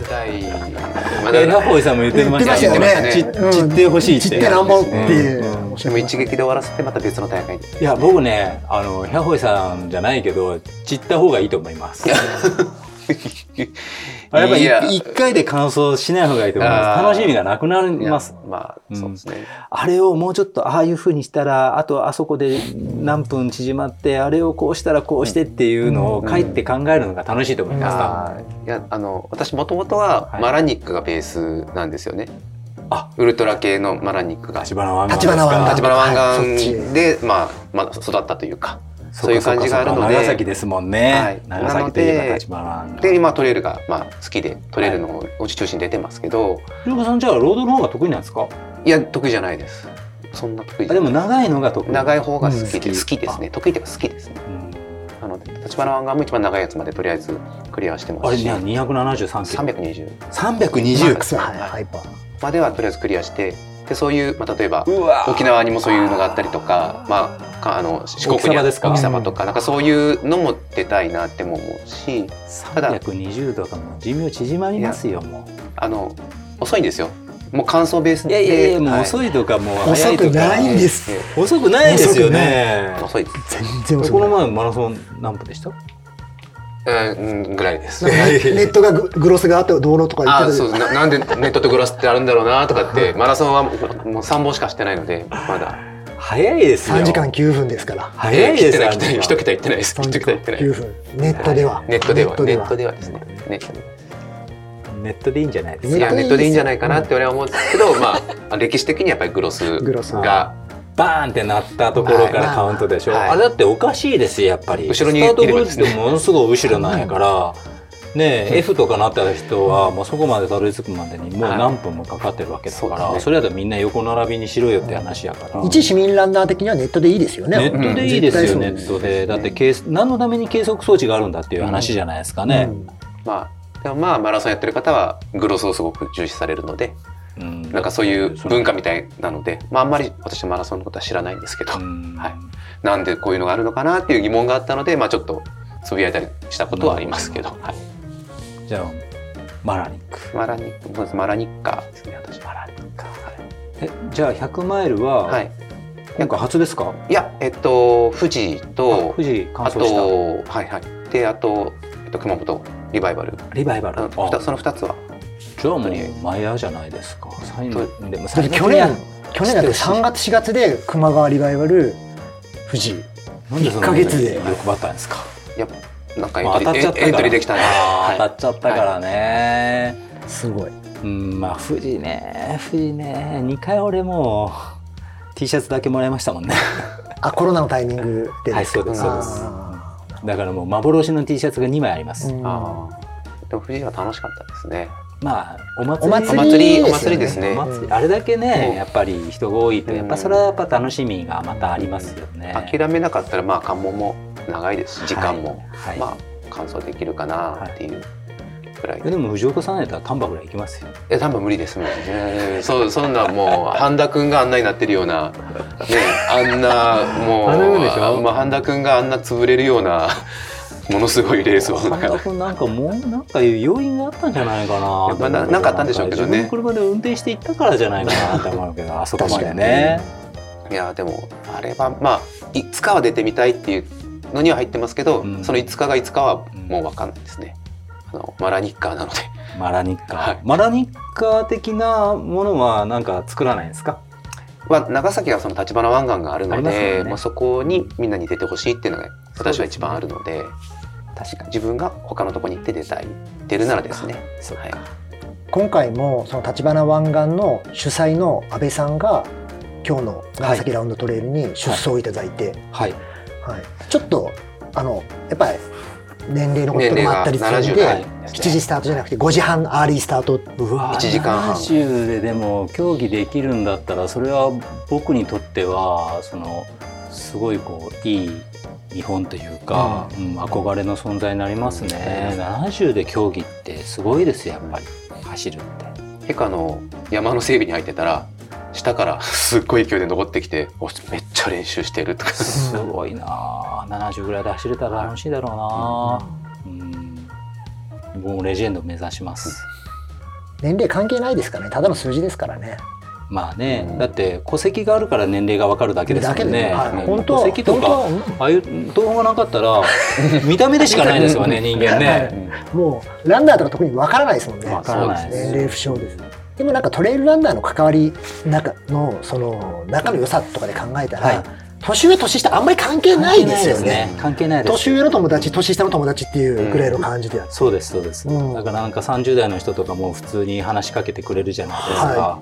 ラホイさんも言ってましたよね。散ってほしいって。 散ってなんぼっていう。 でも一撃で終わらせてまた別の大会に。 いや僕ねあのヒャホイさんじゃないけど散った方がいいと思います。やっぱり一回で完走しない方がいいと思います。楽しみがなくなります。 まあそうですね、うん。 あれをもうちょっとああいう風にしたらあとあそこで何分縮まってあれをこうしたらこうしてっていうのを帰って考えるのが楽しいと思います。 いやあの私もともとはマラニックがベースなんですよね。あウルトラ系のマラニックが立花湾岸湾で、まあまあ、育ったというか。そういう感じがあるので長崎ですもんね、はい、長崎といえば立花湾で今トレイルがまあ好きでトレイルの中心に出てますけど、 ひろこさんじゃあロードの方が得意なんですか？ いや得意じゃないです。そんな得意じゃない。 でも長いのが得意。 長い方が好きで、うん、好きですね。得意というか好きですね、うん、なので立花湾岸も一番長いやつまでとりあえずクリアしてますし、 あれにひゃくななじゅうさんキロさんびゃくにじゅうさんびゃくにじゅうハイパーまではとりあえずクリアして、でそういう、まあ、例えば沖縄にもそういうのがあったりとか、まあ、あの四国にある沖様とか、なんかそういうのも出たいなっても思うし、 たださんびゃくにじゅうとかも寿命縮まりますよ。もうあの遅いんですよ。もう乾燥ベースで。いやいやいやもう遅いとかもう早いとか遅くないんです。 遅くないですよね。 遅いです。 全然遅くない。この前マラソン何分でした？ うんぐらいです。 ネットがグロスがあって道路とか言ってた。 あそう な, なんでネットとグロスってあるんだろうなとかってマラソンはもうさんぼんしかしてないのでまだ早いですよ。 さんじかんきゅうふんですから。 早いですよ。 一桁いってないです。 さんじかんきゅうふん。ネットでは。 ネットではネットではですね。 ネットでいいんじゃないですか。 いやネットでいいんじゃないかなって俺は思うんですけど、まあ歴史的にやっぱりグロスがバーンってなったところからカウントでしょ、はい、あれだっておかしいですよやっぱり。 後ろにスタートブリッジでものすごい後ろなんやからね、うん、F とかなった人はもうそこまでたどり着くまでにもう何分もかかってるわけだから、はい、そ, ね、それだとみんな横並びにしろよって話やから、 一市民ランナー的にはネットでいいですよね。 ネットでいいですよ、うん、ネットで。だって何のために計測装置があるんだっていう話じゃないですかね、うんうん、 まあでもまあマラソンやってる方はグロスをすごく重視されるので、うん、なんかそういう文化みたいなので、まあ、あんまり私マラソンのことは知らないんですけど、うんはい、なんでこういうのがあるのかなっていう疑問があったので、まあ、ちょっとつぶやいたりしたことはありますけど、はい、 じゃあマラニックマラニックマラニッカーですね。私マラニッカー、はい、えじゃあひゃくマイルは、はい、今回初ですか？ いやえっと富士と富士完走した。 あとはいはいであと、えっと、熊本リバイバルリバイバルあそのふたつはじゃあもうマイヤーじゃないですか。 でも去年去年だってさんがつしがつで熊川リバイバル富士いっかげつで欲張ったんですか？ いやなんかエントリー、エントリーできたね。 当たっちゃったからね、 はい、すごい。 うんまあ富士ね富士ねにかい俺も T シャツだけもらいましたもんね。 あコロナのタイミングではいそうですそうです。だからもう幻の T シャツがにまいあります。 あでも富士は楽しかったですね。 まあお祭りお祭りお祭りですね。 あれだけねやっぱり人が多いとやっぱそれはやっぱ楽しみがまたありますよね。 諦めなかったらまあ関門も長いですし時間も、はいはい、まあ完走できるかなっていうくらい、はい、 でも藤岡さんやったら丹波ぐらい行きますよ。 いや丹波無理ですもん、えー、そうそんなもう半田君があんなになってるような、ね、あんなもうまあ半田君があんな潰れるようなものすごいレースを半田君なんかもうなんかいう要因があったんじゃないかな。 まあ、な, なんかあったんでしょうけどね。 自分の車で運転していったからじゃないかなと思うけどあそこまでね。 いやでもあれはまあいつかは出てみたいっていうのには入ってますけど、うん、そのいつかがいつかはもう分かんないですね、うん、あのマラニッカーなので。 マラニッカー、はい、マラニッカー的なものはなんか作らないんですか？ まあ、長崎はその立花湾岸があるので、まあ、そこにみんなに出てほしいっていうのが私は一番あるので、確かに自分が他のところに行って出たい出るならですね。 そうか、はい、今回もその立花湾岸の主催の安倍さんが今日の長崎ラウンドトレイルに出走いただいて、はいはい、ちょっとあのやっぱり年齢のこともあったりするんでしちじスタートじゃなくてごじはんアーリースタート。 うわいちじかんはんななじゅうででも競技できるんだったらそれは僕にとってはそのすごいこういい日本というか、うんうん、憧れの存在になりますね、うん、ななじゅうで競技ってすごいですよやっぱり走るって。 結構あの山の整備に入ってたら下からすっごい勢いで登ってきてめっちゃ練習してるとかすごいな。ななじゅうぐらいで走れたら楽しいだろうな、うん、僕もレジェンド目指します。 年齢関係ないですからね。ただの数字ですからね。 まあね、うん、だって戸籍があるから年齢がわかるだけですもんね。 はい、本当戸籍とかああいう動画がなかったら見た目でしかないですよね人間ね。 もうランナーとか特にわからないですもんね。 わからないです。 年齢不詳です。でもなんかトレイルランナーの関わり中のその仲の良さとかで考えたら、はい、年上年下あんまり関係ないですよね。 関係ないです。 年上の友達年下の友達っていうぐらいの感じで、うん、 そうですそうです、うん、だからなんかさんじゅう代の人とかも普通に話しかけてくれるじゃないですか、はい、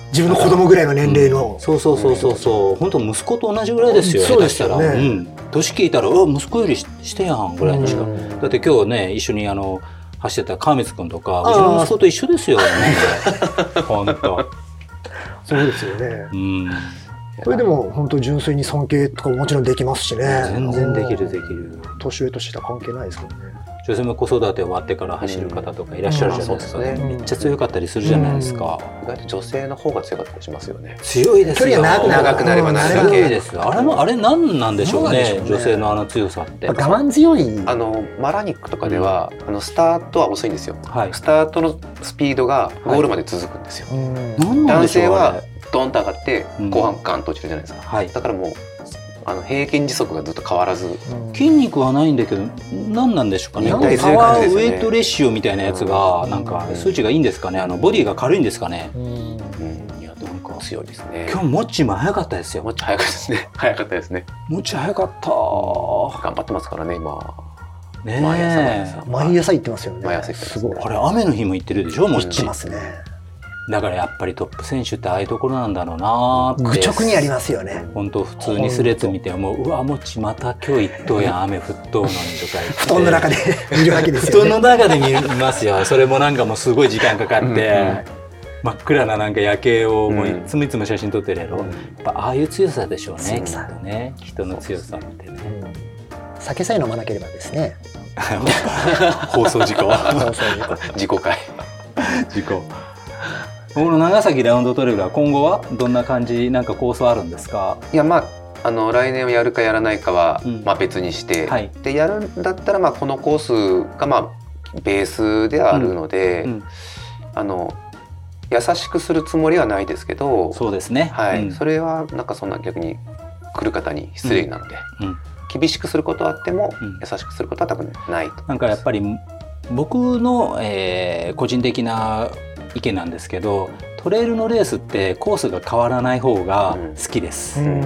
自分の子供ぐらいの年齢の、 うん、そうそうそうそうそう、本当息子と同じぐらいですよ。 そうですよね、 うん、年聞いたら息子よりしてやんぐらいにしか、うん、だって今日ね一緒にあの走ってた川光くんとかうちの息子と一緒ですよ本当そうですよね、 うん、 それでも本当純粋に尊敬とかももちろんできますしね。 全然できるできる。 年上年下関係ないですもんね。 女性も子育て終わってから走る方とかいらっしゃるじゃないですか、うんうん、めっちゃ強かったりするじゃないですか、 うん、意外と女性の方が強かったりしますよね。 強いですよ。 距離が長くなればなるだけです。 あれもあれ何なんでしょう ね, しょうね女性のあの強さって。 我慢強い。 あのマラニックとかでは、うん、あのスタートは遅いんですよ、はい、スタートのスピードがゴールまで続くんですよ、はい、男性はドンと上がって後半ガンと落ちるじゃないですか、うんはい、だからもうあの平均時速がずっと変わらず、 うん、筋肉はないんだけど何なんでしょうかね。パワーウェイトレシオみたいなやつがなんか数値がいいんですかね。あのボディが軽いんですかね、うんうん、いやなんか強いですね。 今日モッチも早かったですよ。 モッチ早かったですね。早かったですね。 モッチ早かった。 頑張ってますからね今ね。 毎朝毎朝毎朝行ってますよね。 毎朝行ってます、ね、すごい。 これ雨の日も行ってるでしょモッチ。 行ってますね。 だからやっぱりトップ選手ってああいうところなんだろうなって。 愚直にありますよね。 本当普通にスレッズ見てもううわもっちまた今日一等やん雨降っとうのにとか言って布団の中で見るわけですよね。 布団の中で見ますよ。それもなんかもうすごい時間かかって、うんうん、真っ暗ななんか夜景をもういつもいつも写真撮ってるやろ、うん、やっぱああいう強さでしょうね、きっとね。人の強さってね、うん、 酒さえ飲まなければですね放送事故事故会事故。この長崎ラウンドトレイルは今後はどんな感じなんか構想あるんですか。 いやまああの来年をやるかやらないかは、うんまあ、別にして、はい、でやるんだったらまあこのコースがまあベースではあるので、うんうん、あの優しくするつもりはないですけど。 そうですね、 はい、 うん、 それはなんかそんな逆に来る方に失礼なので、うんうん、厳しくすることはあっても、うん、優しくすることは多分ないと。 なんかやっぱり僕の、えー、個人的な意見なんですけど、トレイルのレースってコースが変わらない方が好きです、うんうん、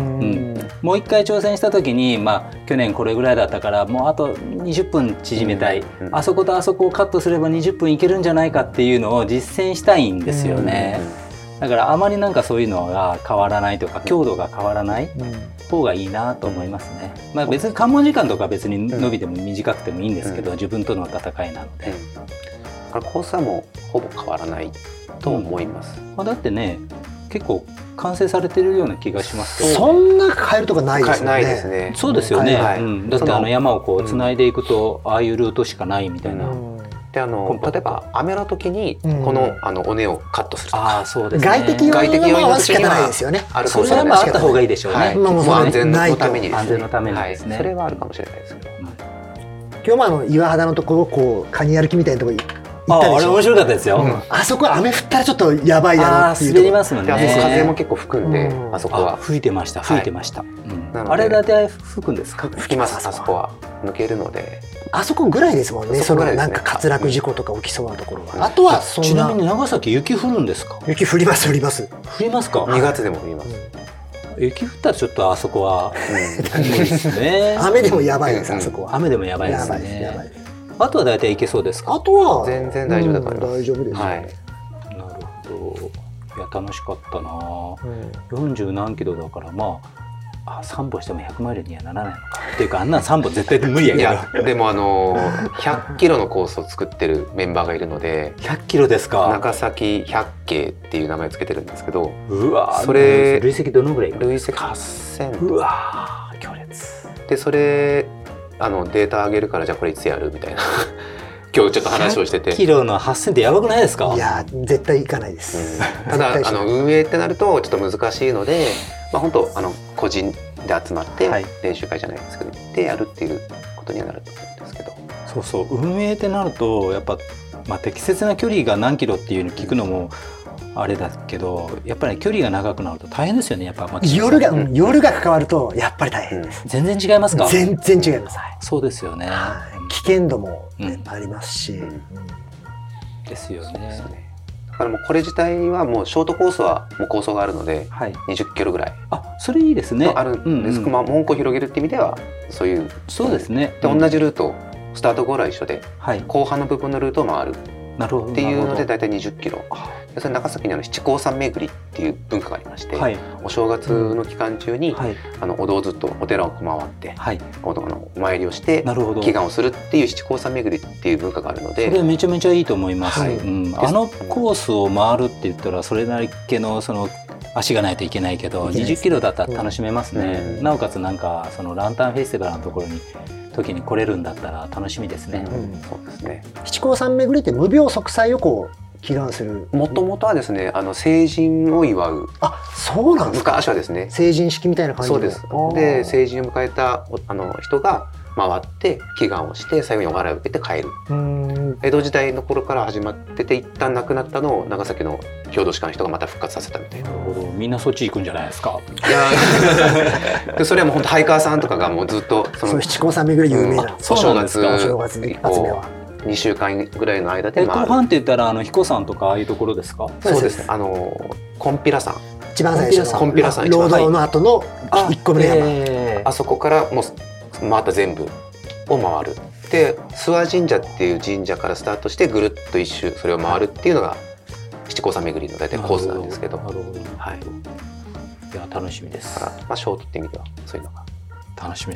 もう一回挑戦した時に、まあ、去年これぐらいだったからもうあとにじゅっぷん縮めたい、うんうん、あそことあそこをカットすればにじゅっぷんいけるんじゃないかっていうのを実践したいんですよね、うんうん、だからあまりなんかそういうのが変わらないとか強度が変わらない方がいいなと思いますね、まあ、別に関門時間とか別に伸びても短くてもいいんですけど、自分との戦いなので、 うん、コースはもうほぼ変わらないと思います、 うん、だってね結構完成されてるような気がしますけど、ね、 そんな変えるとかないですよね。 ないですね。 そうですよね、はい、うん、だってあの山をこうつないでいくと、うん、ああいうルートしかないみたいな、うん、 であの例えば雨の時にこの、うん、あの尾根をカットするとか、 あそうですね、 外的要因は仕方ないですよね。 あるそれはまああった方がいいでしょうね、はい、 まあ、もう安全のためにですね、 安全のためにですね、 はい、それはあるかもしれないですけど、うん、 今日もあの岩肌のところこうカニ歩きみたいなところああれ面白かったですよ、うん、 あそこ雨降ったらちょっとやばいだろうっていう。 滑りますもんね。 風も結構吹くんで、うん、あそこは吹いてました吹いてました、はい、うん、あれだけ吹くんですか。 吹きます。あそこは抜けるので、 あそこぐらいですもんね。そのなんか滑落事故とか起きそうなところは、うん、あとはそんな。 ちなみに長崎雪降るんですか。 雪降ります降ります降りますか。 にがつでも降ります、 うん、雪降ったらちょっとあそこは、うん、ですね雨でもやばいです、あそこは。 雨でもやばいですね。やばいです。あとは大体いけそうですか。 あとは全然大丈夫だと思います、 うん、大丈夫です、 はい、 なるほど。いや楽しかったな、うん、よんじゅう何キロだからまああさんぼんしてもひゃくマイルにはならないのかっていうか、あんなさんぼん絶対無理やけど。いやでもあのひゃっキロのコースを作ってるメンバーがいるので。 ひゃっキロですか。 長崎百景っていう名前をつけてるんですけど、 うわそれ累積どのぐらい。 累積はっせん。 うわ強烈で、それあのデータ上げるからじゃあこれいつやるみたいな今日ちょっと話をしてて、 ひゃっキロのはっせんってやばくないですか。 いや絶対行かないです、 うん、ただあの運営ってなるとちょっと難しいので、まあ本当あの個人で集まって練習会じゃないですけど、はい、でやるっていうことにはなると思うんですけど、 そうそう運営ってなるとやっぱ、まあ、適切な距離が何キロっていうのを聞くのもあれだけどやっぱり距離が長くなると大変ですよね。やっぱ夜が、うん、夜が関わるとやっぱり大変です、 うん、全然違いますか？ 全然違います、はい、 そうですよね、 はい、危険度も、ね、うん、ありますし、うん、 ですよね。 だからもうこれ自体はもうショートコースはもう構想があるので、はい、にじゅっキロぐらいあそれいいですねあるんですけど、まあ門戸を広げるっていう意味ではそういうそうですね。 で同じルートスタートゴールは一緒で、はい、後半の部分のルートを回るっていうのでだいたいにじゅっキロ。でそれ長崎にあの七甲山巡りっていう文化がありまして、はい、お正月の期間中に、はい、あのお堂をずっとお寺を回って、はい、お堂のお参りをして祈願をするっていう七甲山巡りっていう文化があるので、 それめちゃめちゃいいと思います、はい、うん、あのコースを回るって言ったらそれなりけのその足がないといけないけどにじゅっキロだったら楽しめますね、うん、なおかつなんかそのランタンフェスティバルのところに時に来れるんだったら楽しみですね、うん、 そうですね。 七甲山巡りって無病息災をこう祈願する。 もともとはですね、あの成人を祝う。 あ、そうなんですか。 昔はですね。 成人式みたいな感じで。 そうです。で、成人を迎えたあの人が回って祈願をして最後にお祓いを受けて帰る。江戸時代の頃から始まってて一旦なくなったのを長崎の郷土史家の人がまた復活させたみたいな。 なるほど。みんなそっち行くんじゃないですか。 いやでそれはもう本当ハイカーさんとかがもうずっとその七甲山巡り有名な、うん、 お正月お正月一発目は。 にしゅうかんぐらいの間で後半って言ったらあの彦山とかああいうところですか？ そうですね。あのコンピラ山、 一番最初のコンピラ山、 労働の後のいっこめの山、 えー、あそこからもう回った全部を回る。で諏訪神社っていう神社からスタートしてぐるっと一周それを回るっていうのが七甲山巡りの大体コースなんですけど、なるほど、はい、 いや楽しみです。 だからまあショートって意味ではそういうのが楽しみです。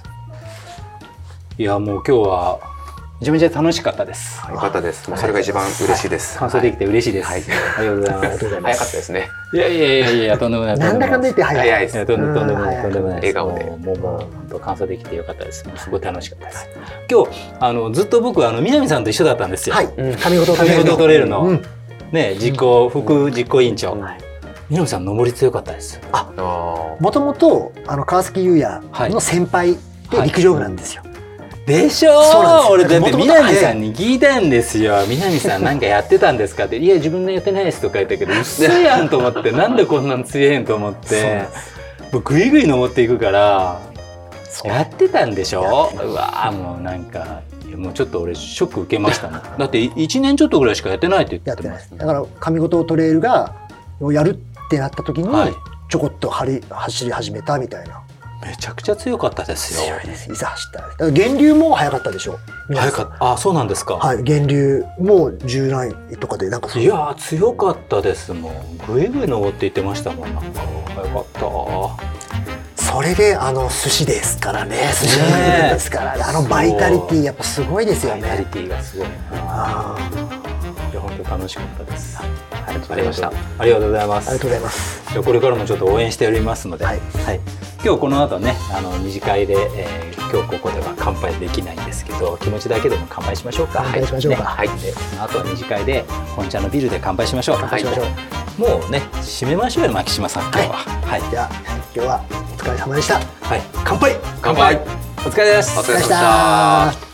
はい、いやもう今日はめちゃめちゃ楽しかったです。 よかったです。もうそれが一番嬉しいです。 完走できて嬉しいです。 はい、 ありがとうございます。 早かったですね。 いやいやいやいやとんでもない。 なんだかんだ言って早い。 です。 とんでもないとんでもない。 笑顔でもうもう本当完走できてよかったです。すごい楽しかったです。今日あのずっと僕あの南さんと一緒だったんですよ。 はい。上五島トレイルのね実行副実行委員長。南さん登り強かったです。 あ、もともとあの川崎優也の先輩で陸上部なんですよ。 でしょう。俺だって南さんに聞いたんですよ。南さんなんかやってたんですかって。いや自分でやってないですとか言ったけどうっせえやんと思ってなんでこんなん強えんと思ってもうグイグイ登っていくからやってたんでしょ。うわもうなんかもうちょっと俺ショック受けましたもん。だっていちねんちょっとぐらいしかやってないって言ってます、ね、 だから上五島トレイルがやるってなった時にちょこっと走り始めたみたいな。 めちゃくちゃ強かったですよ。 強いです。いざ走ったら。だから源流も早かったでしょ。 早かった。あ、そうなんですか。 はい、源流もじゅう何位とかでなんかいや強かったですもん。ぐいぐい登っていってましたもん。なんか早かった。 それであの寿司ですからね。寿司ですから、ね、あのバイタリティやっぱすごいですよね。 バイタリティがすごい。ああ。いや本当楽しかったです。 ありがとうございました。 ありがとうございます。 ありがとうございます。 じゃこれからもちょっと応援しておりますので。はい。はい。今日この後ねあの二次会で、えー、今日ここでは乾杯できないんですけど気持ちだけでも乾杯しましょうか。 乾杯しましょうか。 はい。でその後は二次会で本茶のビールで乾杯しましょう。 乾杯しましょう。 もうね締めましょうよ牧島さん今日は。 はい。じゃあ今日はお疲れ様でした。 はい。 乾杯。 乾杯。 お疲れ様です。 お疲れ様でした。